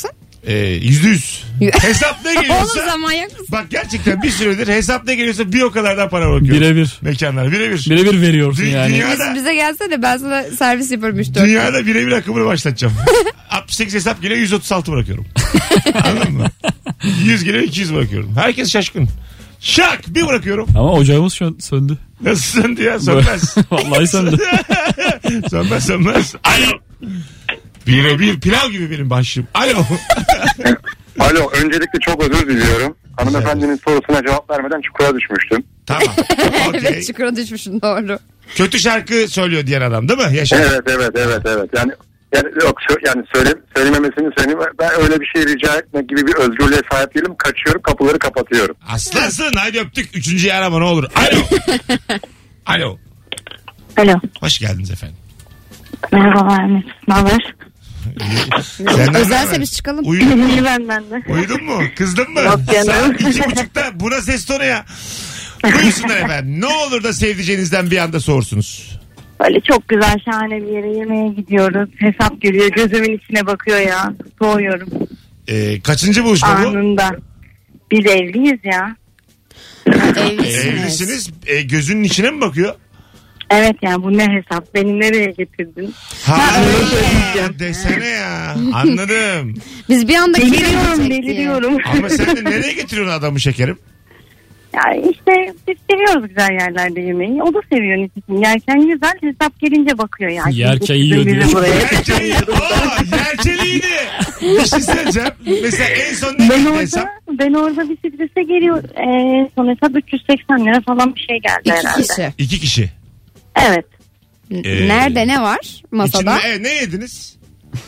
Speaker 2: Ee, yüzde yüz. Hesap ne geliyorsa.
Speaker 3: Oğlum zaman yok musun?
Speaker 2: Bak gerçekten bir süredir hesap ne geliyorsa bir o kadar daha para bırakıyorum.
Speaker 4: Birebir.
Speaker 2: Mekanlar birebir.
Speaker 4: Birebir veriyorsun
Speaker 2: Dü-
Speaker 4: yani.
Speaker 2: Dünyada,
Speaker 3: Biz, bize gelsene ben sana servis yaparım üç dört.
Speaker 2: dünyada birebir akımını başlatacağım. altmış sekiz hesap geliyor yüz otuz altı bırakıyorum. Anladın mı? yüz geliyor iki yüz bırakıyorum. Herkes şaşkın. Şak bir bırakıyorum.
Speaker 4: Ama ocağımız şu an söndü.
Speaker 2: Nasıl söndü ya? Sönmez.
Speaker 4: Vallahi söndü.
Speaker 2: Sönmez sönmez. Alo. Birebir pilav gibi benim başım. Alo.
Speaker 5: Alo, öncelikle çok özür diliyorum. Hanımefendinin sorusuna cevap vermeden çukura düşmüştüm.
Speaker 2: Tamam. Okay.
Speaker 3: Evet çukura düşmüşsün doğru.
Speaker 2: Kötü şarkı söylüyor diyen adam değil mi? Yaşar.
Speaker 5: Evet evet evet evet. Yani yani yok sö- yani söyle söylememesini söyleyeyim. Ben öyle bir şey rica etmek gibi bir özgürlüğe sahip değilim. Kaçıyorum, kapıları kapatıyorum.
Speaker 2: Aslansın. Haydi öptük. Üçüncüyü arama ne olur. Alo. Alo.
Speaker 6: Alo.
Speaker 2: Hoş geldiniz efendim.
Speaker 6: Merhabalar Mesut. Ne haber?
Speaker 2: Senden
Speaker 3: Özelse
Speaker 2: haber?
Speaker 3: biz çıkalım.
Speaker 2: Uyudun mu?
Speaker 6: İyi benden de.
Speaker 2: Uyudun mu? Kızdın mı?
Speaker 6: Yok canım.
Speaker 2: Saat iki buçukta buna ses tonu ya. Buyursunlar efendim. Ne olur da sevdiceğinizden bir anda soğursunuz.
Speaker 6: Öyle çok güzel şahane bir yere yemeğe gidiyoruz. Hesap geliyor. Gözümün içine bakıyor ya. Soğuyorum.
Speaker 2: Ee, kaçıncı buluşma bu?
Speaker 6: Anında. Biz evliyiz ya.
Speaker 3: Evlisiniz.
Speaker 2: Evlisiniz. Ee, gözünün içine mi bakıyor?
Speaker 6: Evet yani bu ne hesap? Beni nereye getirdin?
Speaker 2: Ha,
Speaker 3: öyle.
Speaker 2: desene ya. Anladım.
Speaker 3: Biz bir anda
Speaker 6: Deliriyorum
Speaker 3: gidelim diye.
Speaker 6: deliriyorum.
Speaker 2: Ama sen de nereye getiriyorsun adamı şekerim?
Speaker 6: Yani işte biz seviyoruz güzel yerlerde yemeği. O da seviyor nitekim. Yerken güzel, hesap gelince bakıyor yani.
Speaker 4: Yerken yiyor
Speaker 6: Bizi
Speaker 4: diyor.
Speaker 6: buraya.
Speaker 2: Yerkeli. Aa, yerkeliydi. Bir şey söyleyeceğim. Mesela en son ne
Speaker 6: Ben
Speaker 2: geldi
Speaker 6: orada,
Speaker 2: hesap?
Speaker 6: ben orada bir strese geliyor. Ee, son hesap üç yüz seksen lira falan bir şey geldi
Speaker 3: İki
Speaker 6: herhalde.
Speaker 3: kişi.
Speaker 2: İki kişi.
Speaker 6: Evet.
Speaker 2: Ee,
Speaker 3: Nerede ne var masada?
Speaker 2: İçinde, e, ne yediniz?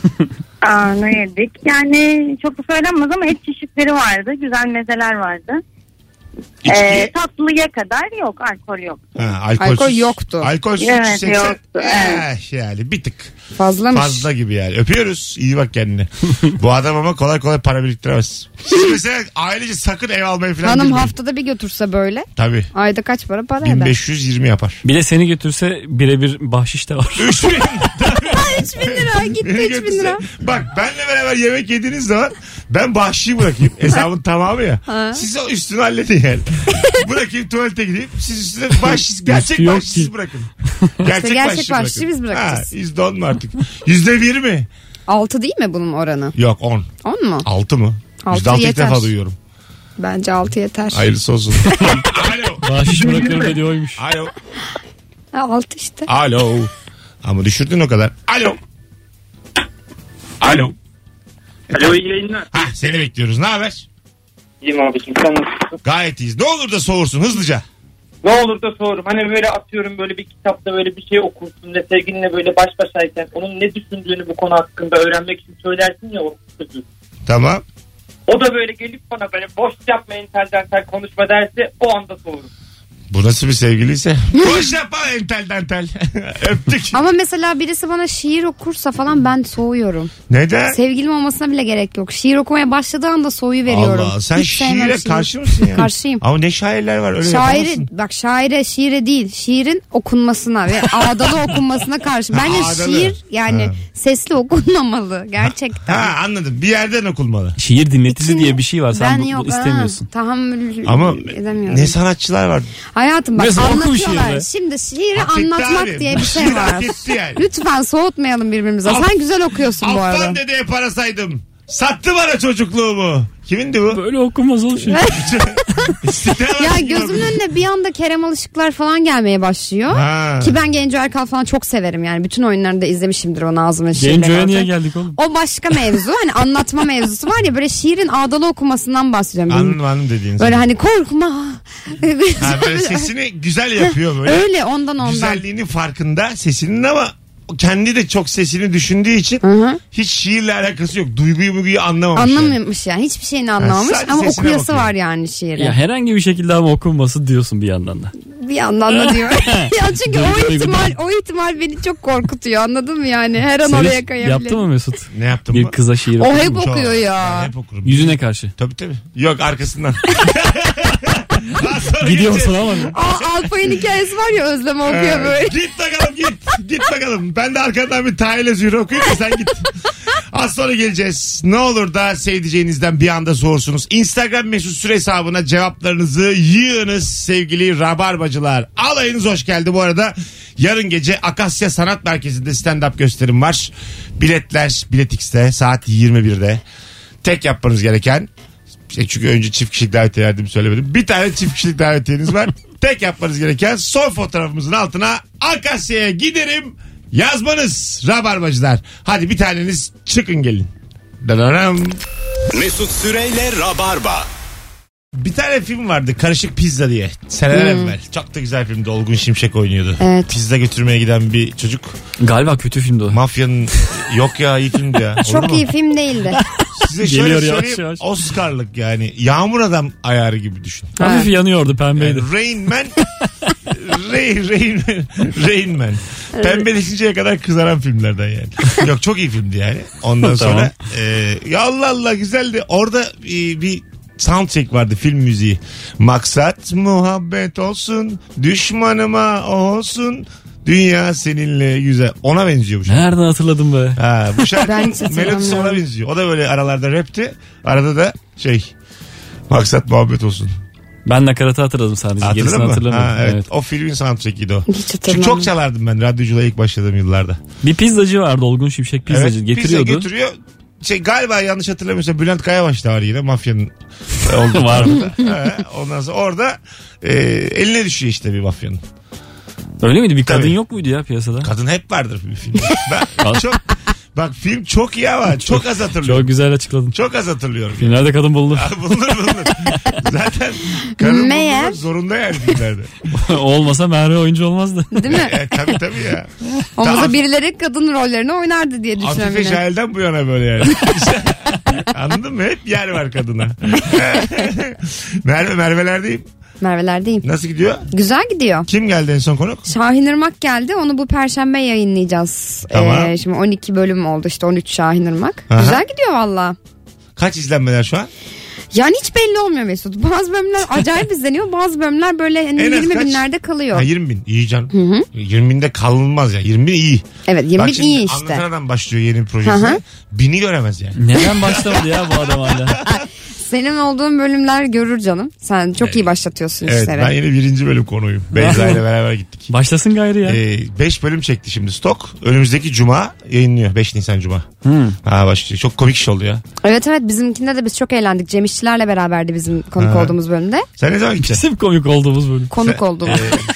Speaker 6: Aa, ne yedik? Yani çok da söylenmez ama et çeşitleri vardı. Güzel mezeler vardı.
Speaker 2: İçki.
Speaker 6: Ee, tatlıya kadar yok. Alkol yok.
Speaker 2: Ha, alkolsüz.
Speaker 3: Alkol yoktu.
Speaker 2: Alkolsüz
Speaker 6: Evet,
Speaker 2: üç yüz seksen.
Speaker 6: yoktu,
Speaker 2: Eh, yani bir tık.
Speaker 3: Fazlamış.
Speaker 2: Fazla gibi yani. Öpüyoruz. İyi bak kendine. Bu adam ama kolay kolay para biriktiremez. Siz mesela ailece sakın ev almayı falan
Speaker 3: Hanım
Speaker 2: bilmeyin.
Speaker 3: haftada bir götürse böyle
Speaker 2: Tabii.
Speaker 3: ayda kaç para para
Speaker 2: bin
Speaker 3: eder?
Speaker 2: beş yüz yirmi yapar.
Speaker 4: Bir de seni götürse birebir bahşiş de var.
Speaker 2: üç bin.
Speaker 3: üç bin lira gitti
Speaker 2: Beni
Speaker 3: üç bin
Speaker 2: götürse-
Speaker 3: lira.
Speaker 2: Bak benle beraber yemek yediğiniz zaman ben bahşişi bırakayım. Hesabın tamamı ya.
Speaker 3: Ha.
Speaker 2: Siz o üstünü halledin yani. Bırakayım tuvalete gideyim. Siz üstüne bahşiş, gerçek
Speaker 4: Üstü yok
Speaker 2: bahşişi
Speaker 4: ki.
Speaker 2: bırakın. Gerçek,
Speaker 3: gerçek
Speaker 2: bahşişi
Speaker 3: bahşişi
Speaker 2: bırakın.
Speaker 3: biz bırakacağız.
Speaker 2: Ha, yüzde on mu artık? Yüzde bir mi?
Speaker 3: Altı değil mi bunun oranı?
Speaker 2: Yok on.
Speaker 3: On mu?
Speaker 2: Altı mı?
Speaker 3: Altı
Speaker 2: Yüzde altı ilk
Speaker 3: yeter.
Speaker 2: defa duyuyorum.
Speaker 3: Bence altı yeter.
Speaker 2: Hayırlısı olsun. Alo.
Speaker 4: Bahşiş bırakırım dediği oymuş.
Speaker 2: Alo.
Speaker 3: Ha, altı işte.
Speaker 2: Alo. Ama düşürdün o kadar. Alo. Alo.
Speaker 7: Alo iyi yayınlar.
Speaker 2: Hah seni bekliyoruz. Ne haber?
Speaker 7: İyiyim abicim sen nasılsın?
Speaker 2: Gayet iyiyiz. Ne olur da soğursun hızlıca.
Speaker 7: Ne olur da sorum. Hani böyle atıyorum böyle bir kitapta böyle bir şey okursun ve sevgilinle böyle baş başayken onun ne düşündüğünü bu konu hakkında öğrenmek için söylersin ya o sözü.
Speaker 2: Tamam.
Speaker 7: O da böyle gelip bana böyle boş yapma entelden tel konuşma derse o anda soğurum.
Speaker 2: Bu nasıl bir sevgiliyse? Boş yapma entel dantel. Öptük.
Speaker 3: Ama mesela birisi bana şiir okursa falan ben soğuyorum.
Speaker 2: Neden?
Speaker 3: Sevgilim olmasına bile gerek yok. Şiir okumaya başladığı anda soğuyu veriyorum.
Speaker 2: Allah sen
Speaker 3: Hiç sevmem
Speaker 2: şiire
Speaker 3: şiir.
Speaker 2: karşı mısın ya?
Speaker 3: Karşıyım.
Speaker 2: Ama ne şairler var öyle
Speaker 3: Şairi
Speaker 2: yapamazsın.
Speaker 3: bak şaire şiire değil şiirin okunmasına ve ağdalı okunmasına karşı. Bence
Speaker 2: Ağdalı.
Speaker 3: şiir yani
Speaker 2: Ha.
Speaker 3: sesli okunmamalı gerçekten.
Speaker 2: Ha anladım. Bir yerden okunmalı.
Speaker 4: Şiir dinletisi
Speaker 3: İçinde-
Speaker 4: diye bir şey var. Sen
Speaker 3: ben
Speaker 4: bu,
Speaker 3: yok,
Speaker 4: bu istemiyorsun.
Speaker 3: Ha, tahammül
Speaker 2: Ama
Speaker 3: edemiyorum.
Speaker 2: ne sanatçılar var.
Speaker 3: Hayatım bak
Speaker 4: Mesela oku bir
Speaker 3: anlatıyorlar.
Speaker 4: şiir be.
Speaker 3: Şimdi şiiri
Speaker 2: Hak etti
Speaker 3: anlatmak
Speaker 2: abi.
Speaker 3: diye bir şey
Speaker 2: Şiir
Speaker 3: var.
Speaker 2: hak etti yani.
Speaker 3: Lütfen soğutmayalım birbirimize.
Speaker 2: Af-
Speaker 3: Sen güzel okuyorsun bu arada.
Speaker 2: Affan dedeye para saydım. Sattı bana çocukluğumu. Kimindi bu?
Speaker 4: Böyle okunmaz oğlum şey.
Speaker 3: Ya gözümün önüne bir anda Kerem Alışıklar falan gelmeye başlıyor.
Speaker 2: Ha.
Speaker 3: Ki ben Genco Erkal falan çok severim yani. Bütün oyunlarını da izlemişimdir o Nazım'ın şeyleri.
Speaker 4: Genco'ya niye geldik oğlum?
Speaker 3: O başka mevzu. Hani anlatma mevzusu var ya böyle şiirin ağdalı okumasından bahsediyorum.
Speaker 2: Anladım anladım dediğiniz.
Speaker 3: Böyle hani korkma.
Speaker 2: Ha, böyle sesini güzel yapıyor böyle.
Speaker 3: Öyle ondan ondan.
Speaker 2: Güzelliğinin farkında sesinin ama kendi de çok sesini düşündüğü için
Speaker 3: Hı hı.
Speaker 2: hiç şiirle alakası yok. Duyguyu muyguyu anlamamış. yani.
Speaker 3: Anlamamış yani. Hiçbir şeyini anlamamış
Speaker 2: sadece
Speaker 3: ama
Speaker 2: sesine
Speaker 3: okuyası
Speaker 2: bakıyor.
Speaker 3: var yani şiiri.
Speaker 4: Ya herhangi bir şekilde ama okunması diyorsun bir yandan da.
Speaker 3: Bir yandan da diyor. ya çünkü o
Speaker 4: Duygu-
Speaker 3: ihtimal o ihtimal beni çok korkutuyor anladın mı yani? Her an
Speaker 4: Sen
Speaker 3: oraya
Speaker 4: hiç
Speaker 3: kayabilir.
Speaker 4: yaptı mı Mesut?
Speaker 2: Ne yaptın
Speaker 4: Bir
Speaker 2: mı?
Speaker 4: kıza şiir
Speaker 3: O
Speaker 4: okudun
Speaker 3: hep
Speaker 4: mu?
Speaker 2: Çok.
Speaker 3: okuyor ya.
Speaker 2: Ben hep okurum.
Speaker 4: Yüzüne karşı.
Speaker 2: Tabii tabii. Yok arkasından. Daha sonra
Speaker 4: Gidiyorsun
Speaker 2: gideceğiz.
Speaker 4: ama.
Speaker 3: Aa, Alpay'ın hikayesi var ya Özlem okuyor
Speaker 2: Ee,
Speaker 3: böyle.
Speaker 2: Git bakalım git. Git bakalım. Ben de arkadan bir Tahile Zühre okuyayım da sen git. Az sonra geleceğiz. Ne olur da sevdiceğinizden bir anda soğursunuz. Instagram mesut süre hesabına cevaplarınızı yığınız sevgili rabarbacılar. Alayınız hoş geldi bu arada. Yarın gece Akasya Sanat Merkezi'nde stand-up gösterim var. Biletler Bilet X'te saat yirmi birde. Tek yapmanız gereken, çünkü önce çift kişilik davetiye verdim söylemedim. Bir tane çift kişilik davetiyeniz var. Tek yapmanız gereken son fotoğrafımızın altına Akasya'ya giderim yazmanız rabarbacılar. Hadi bir taneniz çıkın gelin. Dadaram.
Speaker 1: Mesut Süreyle Rabarba.
Speaker 2: Bir tane film vardı, Karışık Pizza diye. Seneler hmm. evvel. Çok da güzel filmdi. Olgun Şimşek oynuyordu.
Speaker 3: Evet.
Speaker 2: Pizza götürmeye giden bir çocuk.
Speaker 4: Galiba kötü filmdi o.
Speaker 2: Mafyanın... Yok ya, iyi filmdi ya.
Speaker 3: Çok iyi film değildi.
Speaker 2: Size şöyle
Speaker 4: Geliyor
Speaker 2: söyleyeyim.
Speaker 4: yavaş yavaş.
Speaker 2: Oscar'lık yani. Yağmur Adam ayarı gibi düşün.
Speaker 4: Hafif
Speaker 3: Evet.
Speaker 4: yanıyordu, pembeydi.
Speaker 2: Yani Rain Man Rain, Rain, Rain Man pembeleşinceye kadar kızaran filmlerden yani. Yok, çok iyi filmdi yani. Ondan sonra
Speaker 4: Tamam.
Speaker 2: e, ya Allah Allah güzeldi. Orada e, bir soundtrack vardı, film müziği. Maksat muhabbet olsun, düşmanıma olsun, dünya seninle güzel. Ona benziyor bu şarkı.
Speaker 4: Nereden hatırladım be?
Speaker 2: Ha, bu şarkı
Speaker 3: Ben hiç
Speaker 2: melodisi
Speaker 3: hatırlamıyorum.
Speaker 2: ona benziyor. O da böyle aralarda rapti. Arada da şey, maksat muhabbet olsun.
Speaker 4: Ben nakaratı hatırladım sadece.
Speaker 2: Hatırladın
Speaker 4: Gerisini
Speaker 2: mı?
Speaker 4: hatırlamıyorum.
Speaker 2: Ha, evet.
Speaker 4: Evet.
Speaker 2: O filmin soundtrack'iydi o.
Speaker 3: Hiç
Speaker 2: Çünkü
Speaker 3: hatırlamıyorum.
Speaker 2: çok çalardım ben radyoculuğa ilk başladığım yıllarda.
Speaker 4: Bir pizzacı vardı, Olgun Şimşek pizzacı.
Speaker 2: Evet,
Speaker 4: Getiriyordu.
Speaker 2: Pizza getiriyor. Şey, galiba yanlış hatırlamıyorsam Bülent Kayabaş da var yine mafyanın olduğu
Speaker 4: Var mı?
Speaker 2: tarafta. Ha, ondan sonra orada e, eline düşüyor işte bir mafyanın.
Speaker 4: Öyle miydi? Bir kadın
Speaker 2: Tabii.
Speaker 4: yok muydu ya piyasada?
Speaker 2: Kadın hep vardır bir filmde. Ben çok, bak film çok iyi ama çok az hatırlıyorum.
Speaker 4: Çok güzel açıkladın.
Speaker 2: Çok az hatırlıyorum.
Speaker 4: Filmlerde kadın bulunur.
Speaker 2: bulunur bulunur. Zaten kadın
Speaker 3: Meğer-
Speaker 2: bulunur zorunda yani filmlerde.
Speaker 4: Olmasa Merve oyuncu olmazdı.
Speaker 3: Değil mi?
Speaker 2: E, tabii tabii ya.
Speaker 3: Olmasa
Speaker 2: Ta-
Speaker 3: birileri kadın rollerini oynardı diye düşünüyorum.
Speaker 2: Afife
Speaker 3: yine.
Speaker 2: Şahel'den bu yana böyle yani. Anladın mı? Hep yer var kadına. Merve, Merve'lerdeyim.
Speaker 3: Merve'lerdeyim.
Speaker 2: Nasıl gidiyor?
Speaker 3: Güzel gidiyor.
Speaker 2: Kim geldi en son konuk?
Speaker 3: Şahin Irmak geldi. Onu bu perşembe yayınlayacağız.
Speaker 2: Tamam.
Speaker 3: Ee, şimdi on iki bölüm oldu işte, on üç Şahin Irmak.
Speaker 2: Aha.
Speaker 3: Güzel gidiyor valla.
Speaker 2: Kaç izlenmeler şu an?
Speaker 3: Yani hiç belli olmuyor Mesut. Bazı bölümler acayip izleniyor. Bazı bölümler böyle hani
Speaker 2: En az
Speaker 3: yirmi
Speaker 2: kaç?
Speaker 3: binlerde kalıyor.
Speaker 2: Ha, yirmi bin. İyi can. yirmi binde kalınmaz ya. yirmi bin iyi.
Speaker 3: Evet, yirmi
Speaker 2: Bak
Speaker 3: bin
Speaker 2: şimdi
Speaker 3: iyi işte.
Speaker 2: Anlatan Adam başlıyor yeni bir
Speaker 3: Hı
Speaker 2: projesine.
Speaker 3: hı.
Speaker 2: Bini göremez yani.
Speaker 4: Neden başlamadı ya bu adam hala?
Speaker 3: Senin olduğun bölümler görür canım. Sen çok iyi başlatıyorsun
Speaker 2: Evet,
Speaker 3: işleri.
Speaker 2: ben yine birinci bölüm konuğuyum. Beyza ile beraber gittik.
Speaker 4: Başlasın gayrı ya.
Speaker 2: Ee, beş bölüm çekti şimdi stok. Önümüzdeki cuma yayınlıyor. beş Nisan cuma.
Speaker 4: Hmm.
Speaker 2: Ha, başlıyor. Çok komik iş oldu ya.
Speaker 3: Evet evet, bizimkinde de biz çok eğlendik. Cem İşçilerle beraberdi bizim konuk
Speaker 2: Ha.
Speaker 3: olduğumuz bölümde.
Speaker 2: Sen ne zaman gideceksin?
Speaker 4: Bizim komik olduğumuz bölüm.
Speaker 3: Konuk oldum.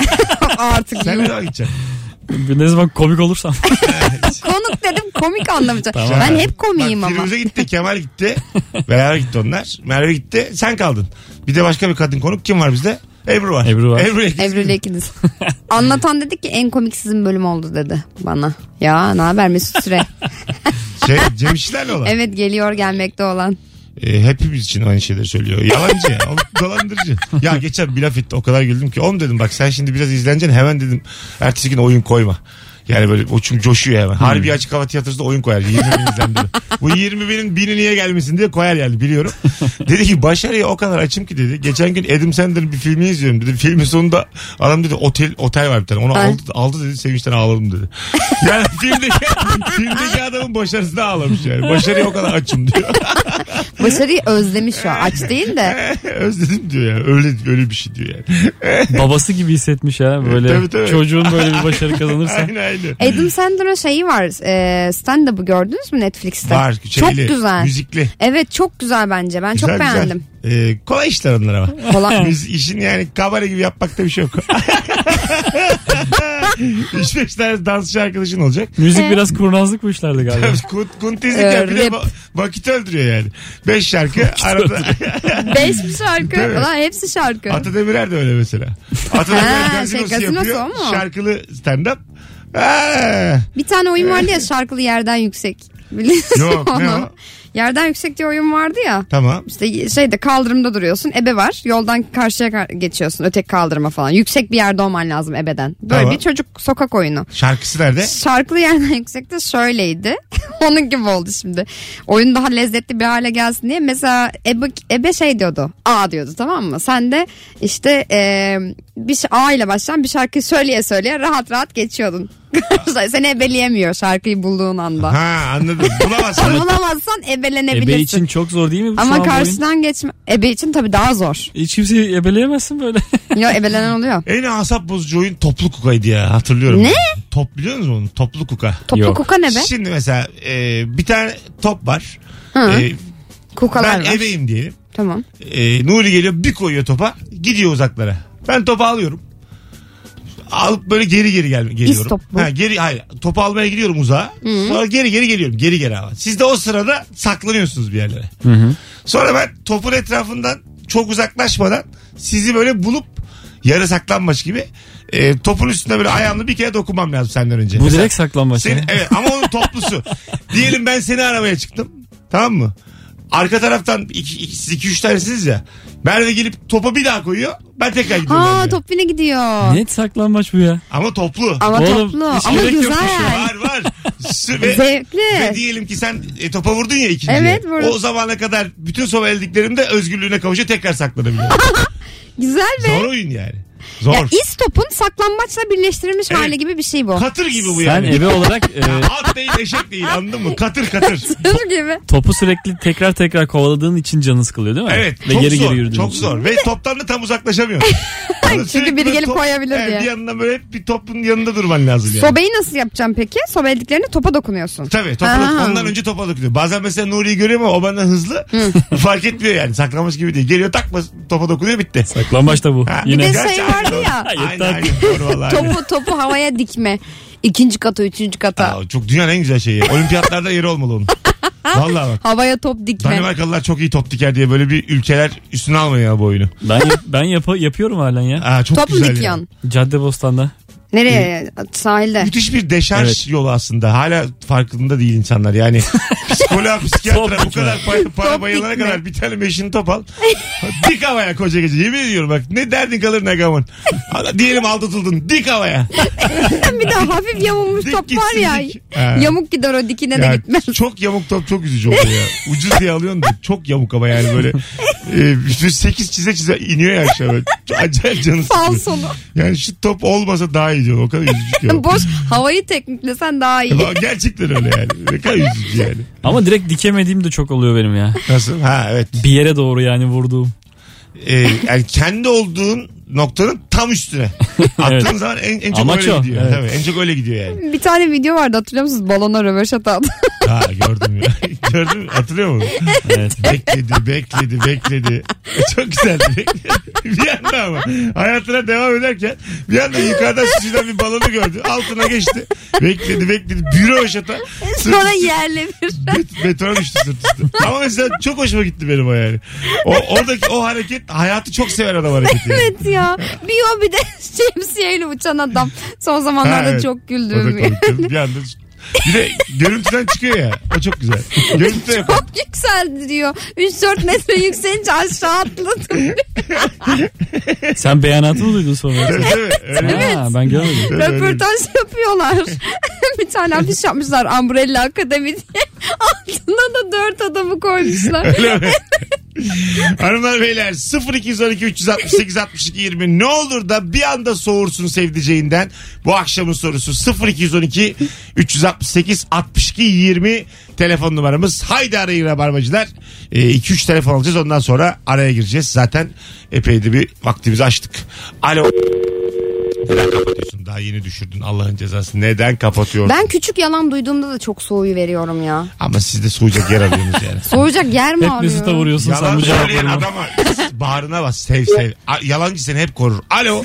Speaker 3: Artık
Speaker 2: Sen ne zaman gideceksin?
Speaker 4: Ne zaman komik olursam.
Speaker 3: konuk dedim, komik anlamında.
Speaker 4: Tamam.
Speaker 3: Ben hep komiyim
Speaker 2: Bak,
Speaker 3: ama.
Speaker 2: Firuze gitti, Kemal gitti. Beraber gitti onlar. Merve gitti, sen kaldın. Bir de başka bir kadın konuk. Kim var bizde? Ebru var.
Speaker 4: Ebru var.
Speaker 2: Ebru ikisi.
Speaker 3: Ebru ile ikiniz. Anlatan dedi ki en komik sizin bölüm oldu dedi bana. Ya ne haber Mesut Süre?
Speaker 2: Şey, Cem İşçilerle olan.
Speaker 3: Evet, geliyor gelmekte olan.
Speaker 2: E, hepimiz için aynı şeyleri söylüyor. Yalancı ya. Oğlum, dolandırıcı. Ya geçen bir laf etti. O kadar güldüm ki. Oğlum dedim, bak sen şimdi biraz izleneceksin. Hemen dedim ertesi gün oyun koyma. Yani böyle o çünkü coşuyor hemen. Harbi Açık Hava Tiyatrosu'nda oyun koyar. yirmi bin izlendi. Bu yirmi binin bini niye gelmesin diye koyar yani, biliyorum. Dedi ki başarıya o kadar açım ki dedi. Geçen gün Adam Sandler'ın bir filmini izliyorum dedi. Filmin sonunda adam dedi otel otel var bir tane. Onu
Speaker 3: Ay.
Speaker 2: aldı, aldı dedi, sevinçten ağladım dedi. Yani filmdeki, filmdeki adamın başarısına ağlamış yani. Başarıya o kadar açım diyor.
Speaker 3: Başarıyı özlemiş şu an. Aç değil de.
Speaker 2: Özledim diyor yani. Öyle, öyle bir şey diyor yani.
Speaker 4: Babası gibi hissetmiş ha. Böyle
Speaker 2: Tabii, tabii.
Speaker 4: çocuğun böyle bir başarı kazanırsa.
Speaker 2: Aynen aynen.
Speaker 3: Adam Sandler'ın şeyi var. E, stand-up'ı gördünüz mü Netflix'te?
Speaker 2: Var.
Speaker 3: Çok
Speaker 2: şeyli,
Speaker 3: güzel.
Speaker 2: Müzikli.
Speaker 3: Evet, çok güzel bence. Ben
Speaker 2: Güzel,
Speaker 3: çok
Speaker 2: güzel.
Speaker 3: beğendim.
Speaker 2: Ee, kolay işler onlar ama.
Speaker 3: Kolay.
Speaker 2: Biz işin yani kabare gibi yapmakta bir şey yok. üç beş tane dansçı arkadaşın olacak.
Speaker 4: Müzik biraz kurnazlık bu işlerde galiba.
Speaker 2: Kunt, kuntizlik
Speaker 3: Ee,
Speaker 2: ya, bir de
Speaker 3: rap.
Speaker 2: va- vakit öldürüyor yani. Beş şarkı arada.
Speaker 3: Beş bir şarkı.
Speaker 2: Tabii.
Speaker 3: Ulan hepsi şarkı.
Speaker 2: Ata Demirer de öyle mesela. Ata
Speaker 3: Ha,
Speaker 2: Demirer
Speaker 3: şey,
Speaker 2: gazinosu
Speaker 3: gazinosu
Speaker 2: yapıyor.
Speaker 3: o mu?
Speaker 2: Şarkılı stand-up. Ha.
Speaker 3: Bir tane oyun vardı ya, şarkılı Yerden Yüksek. Biliyorsun
Speaker 2: Yok, ne
Speaker 3: onu.
Speaker 2: o?
Speaker 3: Yerden Yüksek diye oyun vardı ya.
Speaker 2: Tamam.
Speaker 3: İşte şeyde kaldırımda duruyorsun. Ebe var. Yoldan karşıya kar- geçiyorsun. Öteki kaldırıma falan. Yüksek bir yerde olman lazım ebeden. Böyle
Speaker 2: Tamam.
Speaker 3: bir çocuk sokak oyunu.
Speaker 2: Şarkısı nerede?
Speaker 3: Şarkılı Yerden Yüksek'te şöyleydi. Onun gibi oldu şimdi. Oyun daha lezzetli bir hale gelsin diye. Mesela Ebe, Ebe şey diyordu. A diyordu, tamam mı? Sen de işte e, bir şey- A ile başlayan bir şarkıyı söyleye söyleye rahat rahat geçiyordun. Seni ebeleyemiyor şarkıyı bulduğun anda.
Speaker 2: Ha anladım. Bulamazsın.
Speaker 3: Bulamazsan ebelenebilirsin.
Speaker 4: Ebe için çok zor değil mi? bu
Speaker 3: Ama
Speaker 4: şu an bu oyun?
Speaker 3: karşıdan geçme. Ebe için tabii daha zor.
Speaker 4: Hiç kimseyi ebeleyemezsin böyle.
Speaker 3: Ya ebelenen oluyor.
Speaker 2: En asap bozucu oyun toplu kukaydı ya, hatırlıyorum.
Speaker 3: Ne?
Speaker 2: Top biliyor musun onu? Toplu kuka.
Speaker 3: Toplu
Speaker 4: Yok.
Speaker 3: kuka ne be?
Speaker 2: Şimdi mesela e, bir tane top var.
Speaker 3: Hı.
Speaker 2: E,
Speaker 3: Kukalar
Speaker 2: ben
Speaker 3: var.
Speaker 2: ebeyim diyelim.
Speaker 3: Tamam.
Speaker 2: E, Nuri geliyor bir koyuyor topa. Gidiyor uzaklara. Ben topu alıyorum. Alıp böyle geri geri gel geliyorum.
Speaker 3: İstop bu.
Speaker 2: Ha, geri, hayır, topu almaya gidiyorum uzağa.
Speaker 3: Hı.
Speaker 2: Sonra geri geri geliyorum. Geri geri ama. Siz de o sırada saklanıyorsunuz bir yerlere.
Speaker 4: Hı hı.
Speaker 2: Sonra ben topun etrafından çok uzaklaşmadan sizi böyle bulup yarı saklanmaç gibi e, topun üstünde böyle ayağımla bir kere dokunmam lazım senden önce.
Speaker 4: Bu
Speaker 2: Mesela
Speaker 4: direkt saklanmaç.
Speaker 2: seni,
Speaker 4: ya.
Speaker 2: evet ama onun toplusu. Diyelim ben seni aramaya çıktım. Tamam mı? Arka taraftan iki, iki, siz iki üç tanesiniz ya. Merve gelip topa bir daha koyuyor. Ben tekrar gidiyorum.
Speaker 3: Ha
Speaker 2: Merve'ye.
Speaker 3: top yine gidiyor.
Speaker 4: Net saklanmaç bu ya.
Speaker 2: Ama toplu.
Speaker 3: Ama
Speaker 4: Oğlum,
Speaker 3: toplu.
Speaker 4: hiç
Speaker 3: Ama
Speaker 4: gerek yokmuş
Speaker 3: güzel.
Speaker 2: Var var. Sü- ve,
Speaker 3: Zevkli.
Speaker 2: ve diyelim ki sen e, topa vurdun ya ikinciye.
Speaker 3: Evet, vurdum.
Speaker 2: O zamana kadar bütün soba eldiklerimde özgürlüğüne kavuşuyor, tekrar saklanabiliyorum.
Speaker 3: Güzel be.
Speaker 2: Zor oyun yani. Zor.
Speaker 3: Ya istopun saklambaçla birleştirilmiş
Speaker 2: Evet.
Speaker 3: hali gibi bir şey bu.
Speaker 2: Katır gibi bu
Speaker 4: Sen
Speaker 2: yani.
Speaker 4: ebe olarak e,
Speaker 2: At değil eşek değil, anladın mı? Katır katır.
Speaker 3: Tır gibi.
Speaker 4: topu sürekli tekrar tekrar kovaladığın için canın sıkılıyor değil mi?
Speaker 2: Evet,
Speaker 4: Ve
Speaker 2: çok
Speaker 4: geri
Speaker 2: zor.
Speaker 4: geri yürüdüğün
Speaker 2: Çok
Speaker 4: için.
Speaker 2: zor. Ve toptan da tam uzaklaşamıyorsun.
Speaker 3: Çünkü
Speaker 2: Sürekli
Speaker 3: biri
Speaker 2: böyle
Speaker 3: gelip koyabilir
Speaker 2: evet,
Speaker 3: diye.
Speaker 2: Bir yandan böyle hep bir topun yanında durman lazım yani.
Speaker 3: Sobeyi nasıl yapacaksın peki? Sobe eldiklerini topa dokunuyorsun.
Speaker 2: Tabii topa
Speaker 3: Ha.
Speaker 2: ondan önce topa dokunuyor. Bazen mesela Nuri'yi görüyorum ama o benden hızlı. Fark etmiyor yani, saklanmış gibi değil. Geliyor takma topa dokunuyor, bitti.
Speaker 4: Saklambaç da bu.
Speaker 2: Ha,
Speaker 4: Yine.
Speaker 3: Bir de şey vardı ya.
Speaker 2: Aynen aynen. Doğru vallahi.
Speaker 3: Topu topu havaya dikme. İkinci kata, üçüncü kata.
Speaker 2: Aa, çok dünyanın en güzel şeyi. Olimpiyatlarda yeri olmalı onun. Vallahi bak.
Speaker 3: Havaya top dikme.
Speaker 2: Danimarkalılar çok iyi top diker diye böyle bir ülkeler üstüne almıyor ya bu oyunu.
Speaker 4: Ben yap- ben yap- yapıyorum halen ya.
Speaker 2: Aa, çok
Speaker 3: Top mu
Speaker 2: güzel ya.
Speaker 3: dikiyorsun?
Speaker 4: Caddebostan'da.
Speaker 3: Nereye? Sahilde.
Speaker 2: Müthiş bir deşarj
Speaker 4: Evet.
Speaker 2: yolu aslında. Hala farkında değil insanlar. Yani psikoloğa, psikiyatra
Speaker 4: Top
Speaker 2: bu kadar para, para
Speaker 3: Top
Speaker 2: bayılana
Speaker 3: dikme.
Speaker 2: kadar bir tane meşini top al. Dik havaya koca gece. Yemin ediyorum bak. Ne derdin kalır ne gamın. Diyelim aldatıldın. Dik havaya.
Speaker 3: Bir de hafif yamulmuş
Speaker 2: Dik
Speaker 3: top
Speaker 2: gitsin,
Speaker 3: var ya.
Speaker 2: dik. Ha.
Speaker 3: Yamuk gider o dikine de
Speaker 2: Ya,
Speaker 3: gitmez.
Speaker 2: çok yamuk top çok üzücü oluyor ya. Ucuz diye alıyorsun da çok yamuk ama yani böyle e, sekiz çize çize iniyor ya aşağı böyle. Acayip canı sıkıyor.
Speaker 3: Falsolu.
Speaker 2: Yani şu top olmasa daha iyi diyor. O kadar üzücü ki o.
Speaker 3: Boş havayı tekniklesen daha iyi.
Speaker 2: Ama gerçekten öyle yani. Ne kadar üzücü yani.
Speaker 4: Ama direkt dikemediğim de çok oluyor benim ya.
Speaker 2: Nasıl? Ha evet.
Speaker 4: Bir yere doğru yani vurduğum.
Speaker 2: Ee, yani kendi olduğun noktanın tam üstüne. Attığın
Speaker 4: Evet.
Speaker 2: zaman en, en çok
Speaker 4: Amaç
Speaker 2: öyle
Speaker 4: o,
Speaker 2: gidiyor.
Speaker 4: evet.
Speaker 2: Tabii, en çok öyle gidiyor yani.
Speaker 3: Bir tane video vardı, hatırlıyor musunuz? Balona röveşat aldı.
Speaker 2: Ha gördüm ya. Gördün mü? Hatırlıyor musun?
Speaker 4: Evet.
Speaker 2: Bekledi, bekledi, bekledi. Çok güzeldi. Bir anda ama hayatına devam ederken bir anda yukarıdan sudan bir balonu gördü. Altına geçti. Bekledi, bekledi. Büro şata.
Speaker 3: Sonra yerle bir.
Speaker 2: Bet- betona düştü sırt üstü. Ama mesela çok hoşuma gitti benim o yani. O, oradaki o hareket, hayatı çok seven adam hareketi. Yani.
Speaker 3: Evet ya. Bir o bir de şemsiyeyle uçan adam. Son zamanlarda
Speaker 2: Ha, evet.
Speaker 3: çok
Speaker 2: O da
Speaker 3: güldüğüm.
Speaker 2: komik canım. Bir anda bir de görüntüden çıkıyor ya. O çok güzel. Görüntüde yok.
Speaker 3: Çok yükseldi diyor. üç dört metre yükselince aşağı atladım.
Speaker 4: Sen beyanatı mı duydun sonra?
Speaker 2: Evet, evet. Öyle.
Speaker 4: Ha, ben görmedim.
Speaker 2: Öyle, öyle.
Speaker 3: Röportaj yapıyorlar. Bir tane afiş yapmışlar, Umbrella Akademi diye. Altına da dört adamı koymuşlar.
Speaker 2: Öyle mi? Hanımlar beyler sıfır iki on iki üç altı sekiz altmış iki yirmi ne olur da bir anda soğursun sevdiceğinden. Bu akşamın sorusu sıfır iki on iki üç altı sekiz altmış iki yirmi telefon numaramız. Haydi arayın rabarbacılar. iki üç telefon alacağız, ondan sonra araya gireceğiz. Zaten epey de bir vaktimizi açtık. Alo. Neden kapatıyorsun? Daha yeni düşürdün, Allah'ın cezası. Neden kapatıyorsun?
Speaker 3: Ben küçük yalan duyduğumda da çok soğuyu veriyorum ya.
Speaker 2: Ama siz de soğuyacak yer arıyorsunuz yani.
Speaker 3: Soğuyacak yer mi
Speaker 4: Hep Mesut'a
Speaker 3: arıyor?
Speaker 4: vuruyorsun sen
Speaker 2: Yalan
Speaker 4: bu
Speaker 2: söyleyen
Speaker 4: cevaplarını.
Speaker 2: adama bağrına bas, sev sev. A- Yalancı seni hep korur. Alo.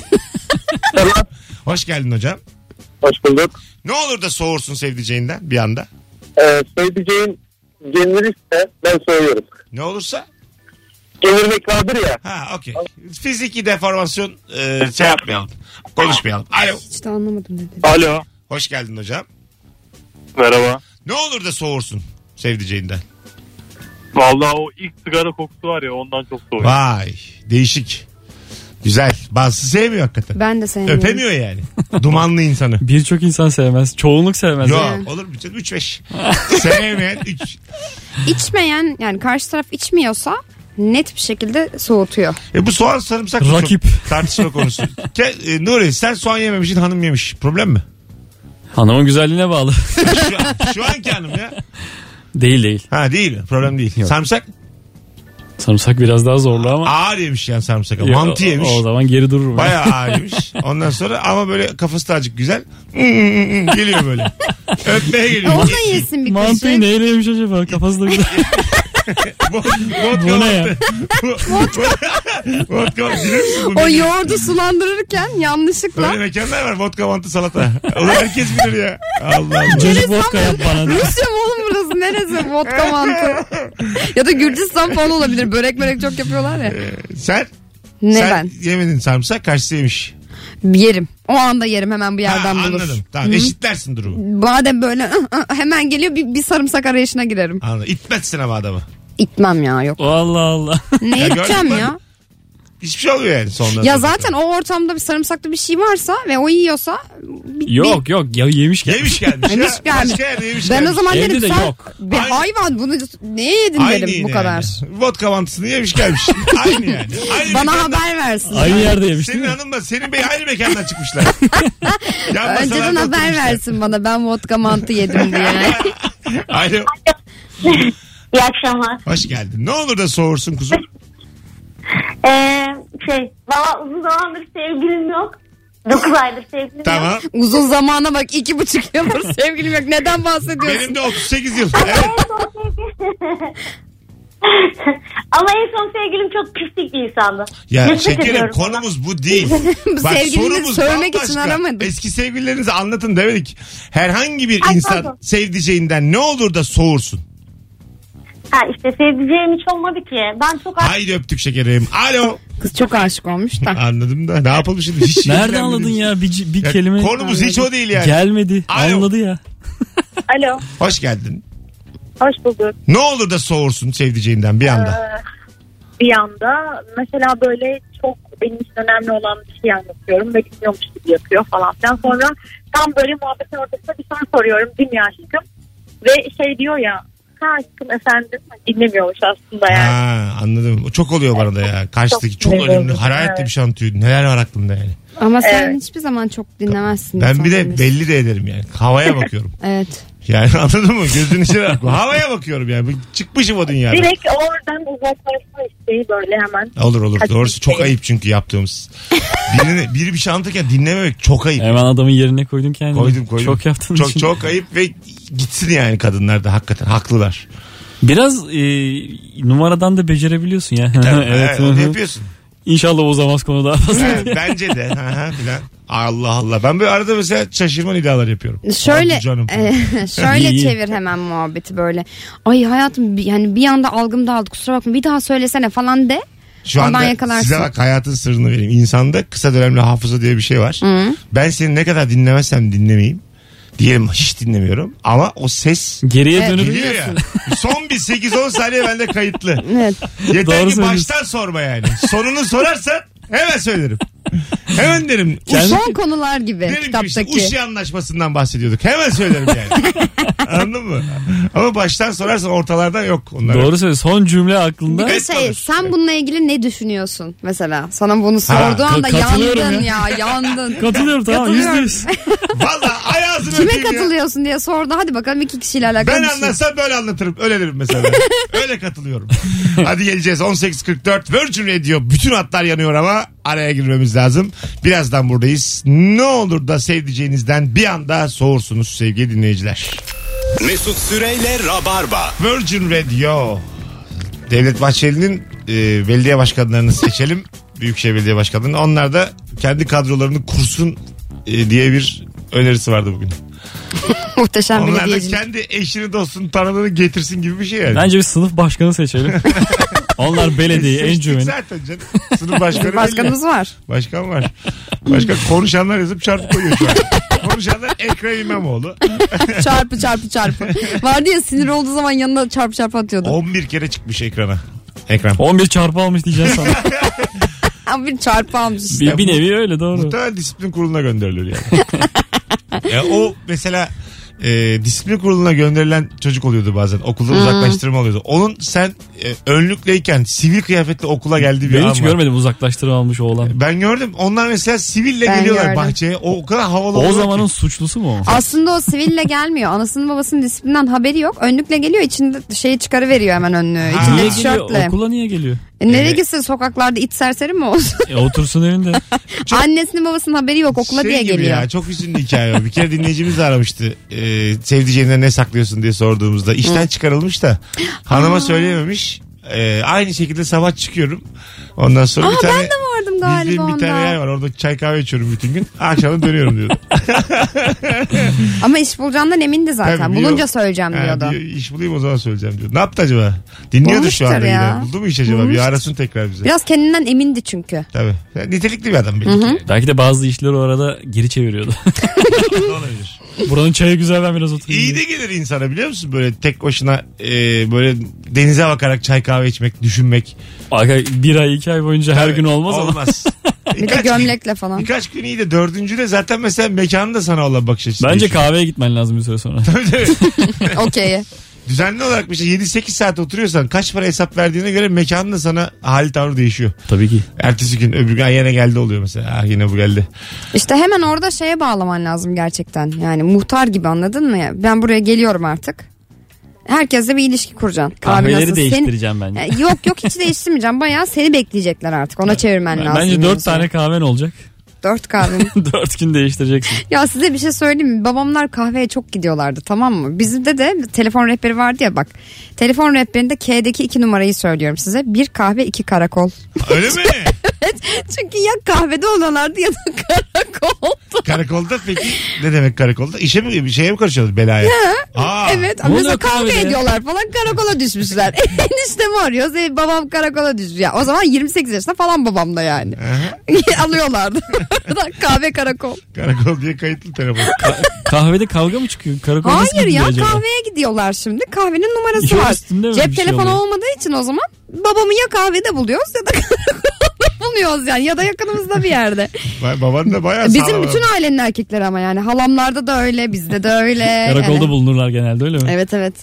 Speaker 2: Hoş geldin hocam.
Speaker 5: Hoş bulduk.
Speaker 2: Ne olur da soğursun sevdiceğinden bir anda?
Speaker 5: Ee, sevdiceğim gelinirse ben soğuyorum.
Speaker 2: Ne olursa?
Speaker 5: Gelinmek vardır ya.
Speaker 2: Ha okey. Fiziki deformasyon e, şey yapmayalım. Konuşmayalım. Alo.
Speaker 3: Hiç de anlamadım ne dedi.
Speaker 5: Alo.
Speaker 2: Hoş geldin hocam.
Speaker 5: Merhaba.
Speaker 2: Ne olur da soğursun sevdiceğinden?
Speaker 5: Vallahi o ilk sigara kokusu var ya, ondan çok soğuyorum.
Speaker 2: Vay değişik. Güzel. Bazısı sevmiyor hakikaten.
Speaker 3: Ben de sevmiyorum.
Speaker 2: Öpemiyor yani. Dumanlı insanı.
Speaker 4: Birçok insan sevmez. Çoğunluk sevmez.
Speaker 2: Yok
Speaker 3: Evet.
Speaker 2: olur mu canım? üç beş. Sevmeyen üç.
Speaker 3: İçmeyen, yani karşı taraf içmiyorsa net bir şekilde soğutuyor.
Speaker 2: E bu soğan sarımsak da
Speaker 4: Rakip.
Speaker 2: çok tartışma konusu. Ke, e, Nuri sen soğan yememişsin, hanım yemiş. Problem mi?
Speaker 4: Hanımın güzelliğine bağlı.
Speaker 2: Şu, an, şu anki hanım ya.
Speaker 4: Değil değil.
Speaker 2: Ha değil mi? Problem değil.
Speaker 4: Yok.
Speaker 2: Sarımsak?
Speaker 4: Sarımsak biraz daha zorlu ama.
Speaker 2: Ağır yemiş yani sarımsak.
Speaker 4: Yok,
Speaker 2: Mantı yemiş.
Speaker 4: O zaman geri dururum.
Speaker 2: Bayağı ağır yemiş. Ondan sonra ama böyle kafası da azıcık güzel. Geliyor böyle. Öpmeye geliyor.
Speaker 3: O da yesin bir
Speaker 4: Mantıyı
Speaker 3: kaşık.
Speaker 4: neyle yemiş acaba? Kafası da güzel.
Speaker 2: Vodka
Speaker 4: Bu ne ya?
Speaker 2: Vodka bilir misin bu?
Speaker 3: O yoğurdu sulandırırken yanlışlıkla.
Speaker 2: Böyle mekanlar var. Vodka mantı salata. Onu herkes bilir ya. Allah Allah.
Speaker 4: Çocuk vodka yap bana.
Speaker 3: Rusya mı oğlum burası? Neresi? Vodka mantı. Ya da Gürcistan falan olabilir. Börek börek çok yapıyorlar ya.
Speaker 2: Sen?
Speaker 3: Ne
Speaker 2: sen
Speaker 3: ben?
Speaker 2: yemedin sarımsak, karşısı yemiş.
Speaker 3: Yerim. O anda yerim, hemen bir yerden
Speaker 2: Ha,
Speaker 3: bulur.
Speaker 2: anladım. Tamam, eşitlersin durumu.
Speaker 3: Madem böyle hemen geliyor, bir, bir sarımsak arayışına girerim.
Speaker 2: Anladım. İtmezsin ama adamı.
Speaker 3: İtmem ya, yok.
Speaker 4: Allah Allah.
Speaker 3: Ne
Speaker 2: Ya
Speaker 3: iteceğim
Speaker 2: gördün mü?
Speaker 3: ya?
Speaker 2: Hiçbir şey olmuyor yani sonunda.
Speaker 3: Ya zaten o ortamda bir sarımsaklı bir şey varsa ve o yiyorsa bir,
Speaker 4: Yok yok ya yemiş ki.
Speaker 2: Yemiş gelmiş.
Speaker 3: Yemiş
Speaker 2: ya.
Speaker 3: gelmiş.
Speaker 2: Başka yerde yemiş
Speaker 3: ben
Speaker 2: gelmiş.
Speaker 3: o zaman
Speaker 4: Evde
Speaker 3: derim
Speaker 4: de
Speaker 3: sen
Speaker 4: yok.
Speaker 3: bir
Speaker 2: Aynı-
Speaker 3: hayvan bunu neye yedin
Speaker 2: Aynı
Speaker 3: derim bu
Speaker 2: yine
Speaker 3: kadar.
Speaker 2: Yani. Vodka mantısını yemiş gelmiş. Aynı yani. Aynı
Speaker 3: Bana
Speaker 2: mekanda-
Speaker 3: haber versin.
Speaker 4: Aynı yerde yemiş
Speaker 2: Senin
Speaker 4: değil mi?
Speaker 2: hanımla senin bey aynı mekandan çıkmışlar. Yan masalarda
Speaker 3: Önceden haber
Speaker 2: oturmuşlar.
Speaker 3: versin bana, ben vodka mantı yedim diye.
Speaker 2: Alo.
Speaker 8: İyi akşamlar.
Speaker 2: Hoş geldin. Ne olur da soğursun kuzum.
Speaker 8: Ee, şey, valla uzun zamandır sevgilim yok. dokuz aydır sevgilim
Speaker 2: Tamam.
Speaker 8: yok.
Speaker 3: Uzun zamana bak, iki buçuk yıldır sevgilim yok. Neden bahsediyorsun?
Speaker 2: Benim de otuz sekiz yıl.
Speaker 8: Ama
Speaker 2: Evet.
Speaker 8: en son sevgilim... Ama en son sevgilim çok pislik bir insandı.
Speaker 2: Ya
Speaker 8: Nefret
Speaker 2: şekerim
Speaker 8: ediyorum ondan.
Speaker 2: konumuz bu değil.
Speaker 3: Bu sevgilinizi söylemek için aramadık.
Speaker 2: Eski sevgililerinizi anlatın demedik. Herhangi bir
Speaker 8: Ay,
Speaker 2: insan
Speaker 8: pardon.
Speaker 2: sevdiceğinden ne olur da soğursun.
Speaker 8: Ha işte sevdiceğim hiç olmadı ki. Ben çok
Speaker 2: Haydi öptük şekerim. Alo.
Speaker 3: Kız çok aşık olmuş da.
Speaker 2: Anladım da ne yapalım şimdi? Hiç
Speaker 4: Nereden
Speaker 2: ilgilenmediniz.
Speaker 4: anladın ya bir, bir
Speaker 2: Ya
Speaker 4: kelime?
Speaker 2: konumuz hiç o değil yani.
Speaker 4: Gelmedi.
Speaker 2: Alo.
Speaker 4: Anladı ya.
Speaker 8: Alo,
Speaker 2: Hoş geldin.
Speaker 8: hoş bulduk.
Speaker 2: Ne olur da soğursun sevdiceğinden bir anda.
Speaker 8: Bir anda mesela böyle çok benim için önemli olan bir şey anlatıyorum ve bilmiyormuş gibi yapıyor falan filan. Sonra tam böyle muhabbetin ortasında bir soru soruyorum. Dünya aşkım. Ve şey diyor ya, ha aşkım efendim, dinlemiyormuş aslında yani.
Speaker 2: Ha, anladım. O çok oluyor bana da ya. Karşıdaki çok,
Speaker 8: Çok
Speaker 2: önemli,
Speaker 8: önemli.
Speaker 2: hararetle
Speaker 8: Evet.
Speaker 2: bir şey anlatıyor. Neler var aklımda yani.
Speaker 3: Ama sen
Speaker 8: Evet.
Speaker 3: hiçbir zaman çok dinlemezsin.
Speaker 2: Ben bir de
Speaker 3: insanları.
Speaker 2: belli de ederim yani. Havaya bakıyorum.
Speaker 3: Evet.
Speaker 2: Yani anladın mı? Gözün içine bak. Havaya bakıyorum yani. Çıkmışım o dünyadan.
Speaker 8: Direkt oradan uzaklaşma isteği böyle hemen.
Speaker 2: Olur olur.
Speaker 8: Hadi
Speaker 2: Doğrusu çok
Speaker 8: isteği.
Speaker 2: ayıp çünkü yaptığımız. Birini, biri bir şey anlatırken dinlememek çok ayıp.
Speaker 4: Hemen adamın yerine koydun kendini.
Speaker 2: Koydum koydum.
Speaker 4: Çok yaptın.
Speaker 2: Çok
Speaker 4: için.
Speaker 2: çok ayıp ve gitsin yani kadınlar da hakikaten haklılar.
Speaker 4: Biraz e, numaradan da becerebiliyorsun ya.
Speaker 2: Evet,
Speaker 4: evet.
Speaker 2: onu
Speaker 4: hı hı.
Speaker 2: yapıyorsun.
Speaker 4: İnşallah bozamaz konu daha fazla.
Speaker 2: Evet, bence de. Ha, ha, filan. Allah Allah. Ben böyle arada mesela şaşırma nidalar yapıyorum.
Speaker 3: Şöyle
Speaker 2: Hadi canım.
Speaker 3: e, şöyle
Speaker 4: İyi.
Speaker 3: çevir hemen muhabbeti böyle. Ay hayatım, bir- yani bir anda algım dağıldı, kusura bakma, bir daha söylesene falan de.
Speaker 2: Şu
Speaker 3: ondan
Speaker 2: anda
Speaker 3: yakalarsın.
Speaker 2: size bak hayatın sırrını vereyim. İnsanda kısa dönemli hafıza diye bir şey var.
Speaker 3: Hı.
Speaker 2: Ben seni ne kadar dinlemezsem dinlemeyeyim. Diyelim hiç dinlemiyorum. Ama o ses
Speaker 4: Geriye
Speaker 3: Evet,
Speaker 4: dönüp
Speaker 2: geliyor ya. Son bir sekiz on saniye bende kayıtlı.
Speaker 3: Evet.
Speaker 2: Yeter
Speaker 4: Doğru
Speaker 2: ki
Speaker 4: söylüyorsun.
Speaker 2: baştan sorma yani. Sonunu sorarsan hemen söylerim. Hemen derim.
Speaker 4: Kendi-
Speaker 3: Son konular gibi
Speaker 2: Derim ki işte
Speaker 3: kitaptaki.
Speaker 2: Uşi anlaşmasından bahsediyorduk. Hemen söylerim yani. Anladın mı? Ama baştan sorarsan ortalardan yok onlar.
Speaker 4: Doğru söylüyorsun. Son cümle aklında.
Speaker 3: Bir de
Speaker 2: Evet,
Speaker 3: şey,
Speaker 2: tabii.
Speaker 3: sen bununla ilgili ne düşünüyorsun mesela? Sana bunu sorduğu
Speaker 2: Ha,
Speaker 3: anda
Speaker 4: katılıyorum
Speaker 3: yandın
Speaker 4: ya.
Speaker 3: ya, yandın.
Speaker 4: Katılıyorum tamam yüzde yüz.
Speaker 2: Valla ayağını
Speaker 3: Kime
Speaker 2: öpeyim ya.
Speaker 3: katılıyorsun diye sordu. Hadi bakalım, iki kişiyle alakalı
Speaker 2: Ben
Speaker 3: bir şey.
Speaker 2: anlatsam böyle anlatırım. Öyle derim mesela. Öyle katılıyorum. Hadi geleceğiz. on sekiz kırk dört Virgin Radio. Bütün hatlar yanıyor ama araya girmemiz lazım. Birazdan buradayız. Ne olur da sevdiceğinizden bir anda soğursunuz sevgili dinleyiciler.
Speaker 1: Mesut Süreyle Rabarba.
Speaker 2: Virgin Radio. Devlet Bahçeli'nin e, belediye başkanlarını seçelim. Büyükşehir Belediye Başkanlarını. Onlar da kendi kadrolarını kursun e, diye bir önerisi vardı bugün.
Speaker 3: Muhteşem
Speaker 2: Onlar da
Speaker 3: belediyecilik.
Speaker 2: kendi eşini dostunu tanıdığını getirsin gibi bir şey yani.
Speaker 4: Bence bir sınıf başkanı seçelim. Onlar belediye en
Speaker 2: Seçtik
Speaker 4: cümle.
Speaker 2: zaten canım. Sınıf başkanı
Speaker 3: Başkanımız
Speaker 2: belli.
Speaker 3: var.
Speaker 2: Başkan var. Başkan konuşanlar yazıp çarpı koyuyor şu an. Konuşanlar Ekrem İmamoğlu.
Speaker 3: Çarpı çarpı çarpı. Vardı ya, sinir olduğu zaman yanına çarpı çarpı atıyordu.
Speaker 2: on bir kere çıkmış ekrana. Ekran.
Speaker 4: on bir çarpı almış diyeceğim sana.
Speaker 3: Ama bir çarpı almış işte.
Speaker 4: Bir, bir nevi öyle doğru.
Speaker 2: Muhtemelen disiplin kuruluna gönderilir yani. Ya o mesela e, disiplin kuruluna gönderilen çocuk oluyordu bazen. Okuldan hmm. uzaklaştırma oluyordu. Onun sen e, önlükleyken sivil kıyafetle okula geldiği bir
Speaker 4: ben
Speaker 2: an
Speaker 4: hiç
Speaker 2: var.
Speaker 4: görmedim uzaklaştırma almış oğlan.
Speaker 2: Ben gördüm. Onlar mesela siville
Speaker 3: Ben
Speaker 2: geliyorlar
Speaker 3: gördüm.
Speaker 2: bahçeye. O, o kadar havalı
Speaker 4: O
Speaker 2: oluyor
Speaker 4: zamanın
Speaker 2: ki.
Speaker 4: suçlusu mu o?
Speaker 3: Aslında o siville gelmiyor. Anasının babasının disiplinden haberi yok. Önlükle geliyor, içinde şeyi çıkarıveriyor hemen önlüğü.
Speaker 2: Ha.
Speaker 3: İçinde
Speaker 4: Niye geliyor?
Speaker 3: tişörtle.
Speaker 4: Okula niye geliyor?
Speaker 3: E nereye
Speaker 2: Evet.
Speaker 3: gitsin, sokaklarda it serseri mi olsun?
Speaker 4: E, otursun evinde.
Speaker 3: Annesinin babasının haberi yok, okula
Speaker 2: Şey
Speaker 3: diye
Speaker 2: gibi
Speaker 3: geliyor.
Speaker 2: Ya, çok üzünlü hikaye o. Bir kere dinleyicimiz de aramıştı. Ee, sevdiceğinden ne saklıyorsun diye sorduğumuzda. İşten Hı. çıkarılmış da hanıma söyleyememiş. Ee, aynı şekilde sabah çıkıyorum. Ondan sonra
Speaker 3: Aa,
Speaker 2: bir tane
Speaker 3: ben de vardım galiba
Speaker 2: bildiğim bir tane
Speaker 3: onda.
Speaker 2: yer var. Orada çay kahve içiyorum bütün gün. Akşam dönüyorum diyordu.
Speaker 3: Ama iş bulacağından emindi zaten.
Speaker 2: Tabii, bir
Speaker 3: Bulunca
Speaker 2: yol-
Speaker 3: söyleyeceğim
Speaker 2: Ha,
Speaker 3: diyordu.
Speaker 2: bir iş bulayım o zaman söyleyeceğim diyor. Ne yaptı acaba? Dinliyordur şu
Speaker 3: Bulmuştur
Speaker 2: anda
Speaker 3: ya.
Speaker 2: yine. Buldu mu iş acaba? Bir
Speaker 3: Bulmuştur.
Speaker 2: arasın tekrar bize.
Speaker 3: Biraz kendinden emindi çünkü.
Speaker 2: Tabii. Nitelikli bir adam belki. Hı
Speaker 4: Belki de bazı işleri o arada geri çeviriyordu.
Speaker 2: olabilir.
Speaker 4: Buranın çayı güzel, ben biraz oturayım.
Speaker 2: İyi de gelir insana, biliyor musun? Böyle tek başına e, böyle denize bakarak çay kahve içmek, düşünmek.
Speaker 4: Aga, bir ay iki ay boyunca her
Speaker 2: Tabii,
Speaker 4: gün olmaz ama.
Speaker 2: Olmaz.
Speaker 3: Bir de
Speaker 2: Birkaç-
Speaker 3: gömlekle falan.
Speaker 2: Birkaç gün iyi de dördüncüde zaten mesela mekanın da sana olan bakış açısı
Speaker 4: Bence
Speaker 2: değişiyor.
Speaker 4: kahveye gitmen lazım bir süre sonra.
Speaker 2: Tabii tabii.
Speaker 3: Okey.
Speaker 2: Düzenli olarak mesela yedi sekiz saat oturuyorsan kaç para hesap verdiğine göre mekanın da sana hali tavrı değişiyor.
Speaker 4: Tabii ki.
Speaker 2: Ertesi gün öbür gün "Ay, yine geldi" oluyor mesela. Ah, yine bu geldi.
Speaker 3: İşte hemen orada şeye bağlaman lazım gerçekten. Yani muhtar gibi, anladın mı ya? Ben buraya geliyorum artık. Herkesle bir ilişki kuracaksın.
Speaker 4: Kahveleri
Speaker 3: Abi nasıl?
Speaker 4: değiştireceğim
Speaker 3: Seni-
Speaker 4: bence.
Speaker 3: E, Yok yok hiç değiştirmeyeceğim. Bayağı seni bekleyecekler artık. Ona çevirmen lazım.
Speaker 4: Bence
Speaker 3: yani
Speaker 4: dört
Speaker 3: sonra.
Speaker 4: tane kahven olacak.
Speaker 3: Dört kahve.
Speaker 4: Dört gün değiştireceksin.
Speaker 3: Ya size bir şey söyleyeyim mi? Babamlar kahveye çok gidiyorlardı, tamam mı? Bizde de telefon rehberi vardı ya bak. Telefon rehberinde K'deki iki numarayı söylüyorum size. Bir kahve, iki karakol.
Speaker 2: Öyle mi?
Speaker 3: Çünkü ya kahvede oluyorlardı ya da karakolda.
Speaker 2: Karakolda peki ne demek karakolda? İşe mi, bir şeye mi karışıyoruz, belaya? Aa,
Speaker 3: Evet,
Speaker 4: Ne
Speaker 3: mesela
Speaker 4: oluyor
Speaker 3: kavga
Speaker 4: kahvede?
Speaker 3: ediyorlar falan, karakola düşmüşler. Eniştemi arıyoruz. E, babam karakola düşmüş. Ya, o zaman yirmi sekiz yaşında falan babam da yani. Alıyorlardı. Kahve karakol.
Speaker 2: Karakol diye kayıtlı telefon.
Speaker 4: Kahvede kavga mı çıkıyor? Karakola nasıl
Speaker 3: Hayır
Speaker 4: gidiyor
Speaker 3: ya,
Speaker 4: acaba?
Speaker 3: kahveye gidiyorlar şimdi. Kahvenin numarası
Speaker 4: Yol
Speaker 3: var.
Speaker 4: üstünde mi
Speaker 3: Cep
Speaker 4: bir şey
Speaker 3: telefonu
Speaker 4: oluyor?
Speaker 3: olmadığı için o zaman babamı ya kahvede buluyoruz ya da karakolda buluyoruz yani. Ya da yakınımızda bir yerde.
Speaker 2: Vay, baban da bayağı
Speaker 3: Bizim
Speaker 2: sağlam.
Speaker 3: bütün ailenin erkekleri ama yani. Halamlarda da öyle, bizde de öyle.
Speaker 4: Karakolda
Speaker 3: Evet.
Speaker 4: bulunurlar genelde, öyle mi?
Speaker 3: Evet evet.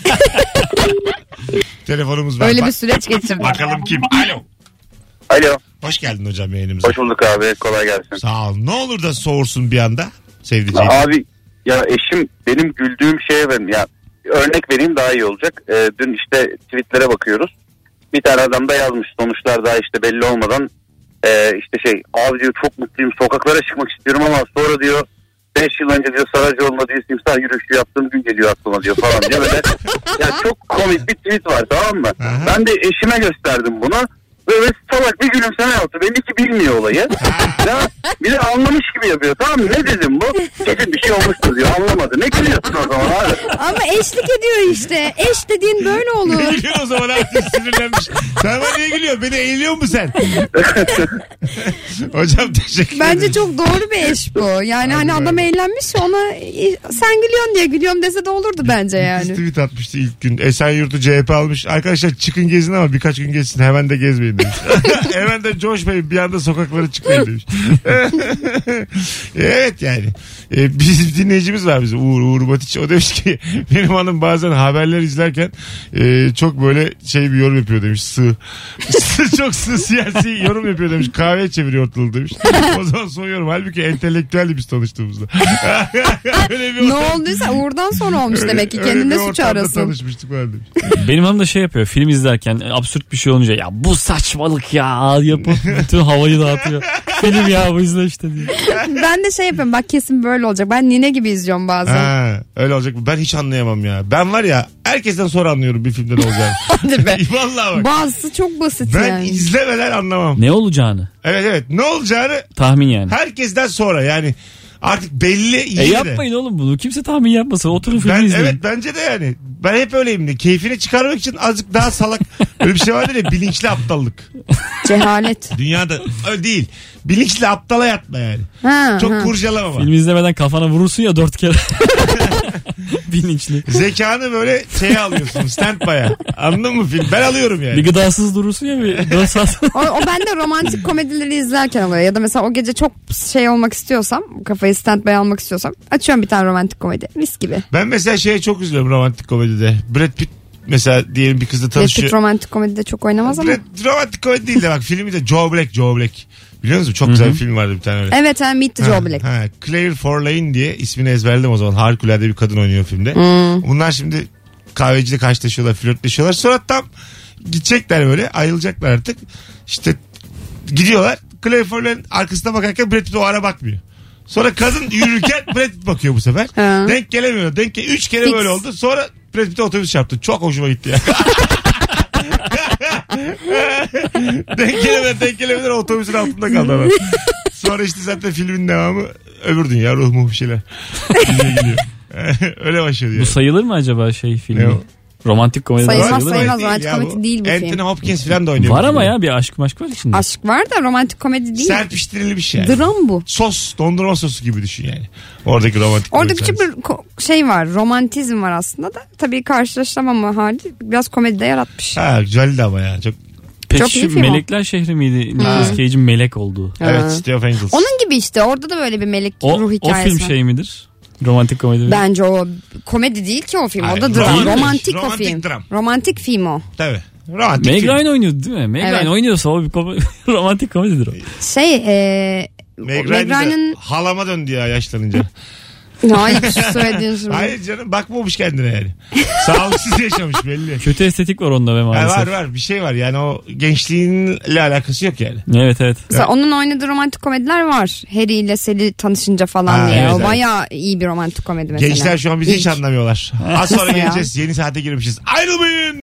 Speaker 2: Telefonumuz var.
Speaker 3: Öyle
Speaker 2: Bak-
Speaker 3: bir süreç geçirdim.
Speaker 2: Bakalım kim? Alo.
Speaker 5: Alo.
Speaker 2: Hoş geldin hocam yayınımıza.
Speaker 5: Hoş bulduk abi. Kolay gelsin.
Speaker 2: Sağ ol. Ne olur da soğursun bir anda sevdiceğin.
Speaker 5: Abi ya eşim benim güldüğüm şeye ben ya örnek vereyim daha iyi olacak. Ee, dün işte tweetlere bakıyoruz. Bir tane adam da yazmış. Sonuçlar daha işte belli olmadan e, işte şey abi diyor çok mutluyum, sokaklara çıkmak istiyorum ama sonra diyor beş yıl önce diyor Saracoğlu'na diyor simsar yürüyüşü yaptığım gün geliyor aklıma diyor falan diye böyle. Ya çok komik bir tweet var, tamam mı?
Speaker 2: Aha.
Speaker 5: Ben de eşime gösterdim bunu. Böyle salak bir gülümseme yaptı. Belli ki bilmiyor olayı. Ya, bir de anlamış gibi yapıyor. Tamam mı? Ne dedim bu? Kesin bir şey olmuştur diyor. Anlamadı. Ne gülüyorsun o zaman abi?
Speaker 3: Ama eşlik ediyor işte. Eş dediğin böyle olur.
Speaker 2: Gülüyor o zaman, artık sinirlenmiş. Sen bana niye gülüyorsun? Beni eğiliyor musun sen? Hocam teşekkür ederim.
Speaker 3: Bence çok doğru bir eş bu. Yani hani
Speaker 2: Hadi
Speaker 3: adam
Speaker 2: be.
Speaker 3: eğlenmiş, ona e, sen gülüyorsun diye gülüyorum dese de olurdu bence
Speaker 2: Bir
Speaker 3: yani.
Speaker 2: tweet atmıştı ilk gün. Esenyurt'u C H P almış. Arkadaşlar çıkın gezin ama birkaç gün gezsin. Hemen de gezmeyin demiş. Hemen de coşmayın. Bir anda sokaklara çıkmayın demiş. Evet yani. Ee, biz dinleyicimiz var bizim. Uğur, Uğur Batiç. O demiş ki benim hanım bazen haberler izlerken e, çok böyle şey bir yorum yapıyor demiş. Sığ. Çok sığ siyasi yorum yapıyor demiş. Kahve çeviriyor ortalığı demiş. O zaman soruyorum. Halbuki entelektüeldi biz tanıştığımızda. Öyle bir
Speaker 3: Ne
Speaker 2: ortam-
Speaker 3: olduysa Uğur'dan sonra olmuş
Speaker 2: Öyle-
Speaker 3: demek ki.
Speaker 2: öyle
Speaker 3: Kendine
Speaker 2: bir
Speaker 3: suç
Speaker 2: ortamda
Speaker 3: arasın.
Speaker 2: tanışmıştık falan demiş.
Speaker 4: Benim hanım da şey yapıyor, film izlerken absürt bir şey olunca ya bu saçmalık ya yapıp bütün havayı dağıtıyor. Film ya bu, izle işte diye.
Speaker 3: Ben de şey yapıyorum, bak kesin böyle olacak. Ben nine gibi izliyorum bazen.
Speaker 2: Ha, öyle olacak mı? Ben hiç anlayamam ya. Ben var ya herkesten sonra anlıyorum bir filmde ne olacağını.
Speaker 3: Hadi be.
Speaker 2: Vallahi bak.
Speaker 3: Bazısı çok basit
Speaker 2: Ben
Speaker 3: yani.
Speaker 2: izlemeden anlamam.
Speaker 4: Ne olacağını
Speaker 2: Evet evet. Ne olacağını
Speaker 4: tahmin yani.
Speaker 2: herkesten sonra yani artık belli iyi
Speaker 4: E
Speaker 2: de.
Speaker 4: yapmayın oğlum bunu. Kimse tahmin yapmasın. Oturun filmi
Speaker 2: Ben,
Speaker 4: izleyin.
Speaker 2: evet bence de yani. Ben hep öyleyim de. Keyfini çıkarmak için azıcık daha salak. Öyle bir şey vardır ya, bilinçli aptallık.
Speaker 3: Cehalet.
Speaker 2: Dünyada öyle değil. Bilinçli aptala yatma yani.
Speaker 3: Ha,
Speaker 2: Çok
Speaker 3: ha.
Speaker 2: kurcalama.
Speaker 4: Film izlemeden kafana vurursun ya dört kere. Bilinçli.
Speaker 2: Zekanı böyle şeye alıyorsun. Standby'a. Anladın mı film? Ben alıyorum yani.
Speaker 4: Bir gıdasız durursun ya bir dört saat.
Speaker 3: O, o bende romantik komedileri izlerken oluyor. Ya da mesela o gece çok şey olmak istiyorsam, kafayı stand by almak istiyorsam açıyorum bir tane romantik komedi. Mis gibi.
Speaker 2: Ben mesela şeye çok üzülüyorum romantik komedide. Brad Pitt mesela diyelim bir kızla
Speaker 3: Brad
Speaker 2: tanışıyor.
Speaker 3: Pitt romantik komedide çok oynamaz ama.
Speaker 2: Brad, romantik komedi değil de bak filmi de Joe Black, Joe Black. Biliyor musun? Çok güzel bir film vardı bir tane öyle.
Speaker 3: Evet, yani Meet the
Speaker 2: Ha,
Speaker 3: Joe Black.
Speaker 2: ha. Claire Forlane diye ismini ezberledim o zaman. Harikulade bir kadın oynuyor filmde.
Speaker 3: Hmm.
Speaker 2: Bunlar şimdi kahvecide karşılaşıyorlar, flörtleşiyorlar. Sonra tam gidecekler böyle, ayrılacaklar artık. İşte gidiyorlar. Claire Forlane arkasına bakarken Brad Pitt o ara bakmıyor. Sonra kadın yürürken Brad Pitt bakıyor bu sefer.
Speaker 3: Ha.
Speaker 2: Denk gelemiyor. Denk gel- Üç kere
Speaker 3: Fix.
Speaker 2: böyle oldu. Sonra Brad Pitt'e otobüs çarptı. Çok hoşuma gitti ya. denk gelemeden denk gelemeden otobüsün altında kaldı adam. Sonra işte zaten filmin devamı öbür dünya ruh muh bir şeyler. Bize geliyor. Öyle başladı yani.
Speaker 4: Bu sayılır mı acaba şey filmi?
Speaker 2: Ne o?
Speaker 4: Romantik komedi
Speaker 3: Sayılmaz,
Speaker 4: sayılır mı?
Speaker 3: sayılmaz.
Speaker 2: Değil
Speaker 3: romantik
Speaker 2: ya
Speaker 3: komedi değil bu
Speaker 2: Anthony
Speaker 3: film.
Speaker 2: Hopkins falan da oynuyor.
Speaker 4: Var
Speaker 2: bu
Speaker 4: ama
Speaker 2: filmde.
Speaker 4: ya bir aşk maşk var içinde.
Speaker 3: Aşk var da romantik komedi değil.
Speaker 2: Serpiştirilmiş bir şey yani.
Speaker 3: Dram bu.
Speaker 2: Sos, dondurma sosu gibi düşün yani. Oradaki romantik
Speaker 3: Orada
Speaker 2: komedi
Speaker 3: küçük
Speaker 2: sahnesi.
Speaker 3: bir ko- şey var. Romantizm var aslında da. Tabii karşılaşamama hali biraz komedide yaratmış.
Speaker 2: Ha güzeldi ama ya. Çok...
Speaker 4: Peki
Speaker 3: Çok iyi
Speaker 4: şu
Speaker 3: film o.
Speaker 4: Melekler Şehri miydi? Nicolas Cage'in melek olduğu.
Speaker 2: Evet, City of Angels.
Speaker 3: Onun gibi işte orada da böyle bir melek
Speaker 4: O,
Speaker 3: ruh
Speaker 4: o
Speaker 3: hikayesi
Speaker 4: film
Speaker 3: var.
Speaker 4: şey midir? Romantik komedi mi?
Speaker 3: Bence o komedi değil ki o film.
Speaker 2: Hayır,
Speaker 3: o da dram.
Speaker 2: değil mi?
Speaker 3: Romantik o
Speaker 2: Romantik
Speaker 3: film.
Speaker 2: dram.
Speaker 3: Romantik film o.
Speaker 2: Tabii. Romantik
Speaker 4: Meg
Speaker 2: film.
Speaker 4: Ryan oynuyordu değil mi? Meg
Speaker 3: Evet.
Speaker 4: Ryan oynuyorsa o bir kom- romantik komedidir o.
Speaker 3: Şey e,
Speaker 2: Meg
Speaker 3: Meg
Speaker 2: Ryan
Speaker 3: Ryan'ın...
Speaker 2: de halama döndü ya yaşlanınca.
Speaker 3: Hayır şu söylediğin şimdi.
Speaker 2: Hayır canım bakmamış kendine yani. Sağlıksız yaşamış belli.
Speaker 4: Kötü estetik var onda be
Speaker 2: Ha,
Speaker 4: maalesef.
Speaker 2: var var bir şey var yani o gençliğinle alakası yok yani.
Speaker 4: Evet evet.
Speaker 3: Mesela onun oynadığı romantik komediler var. Harry ile Sally tanışınca falan
Speaker 2: Ha,
Speaker 3: diye.
Speaker 2: evet,
Speaker 3: o
Speaker 2: evet.
Speaker 3: bayağı iyi bir romantik komedi mesela.
Speaker 2: Gençler şu an bizi hiç
Speaker 3: İlk.
Speaker 2: anlamıyorlar. Az sonra
Speaker 3: Ya.
Speaker 2: geleceğiz. Yeni saate girmişiz. Ayrılmayın.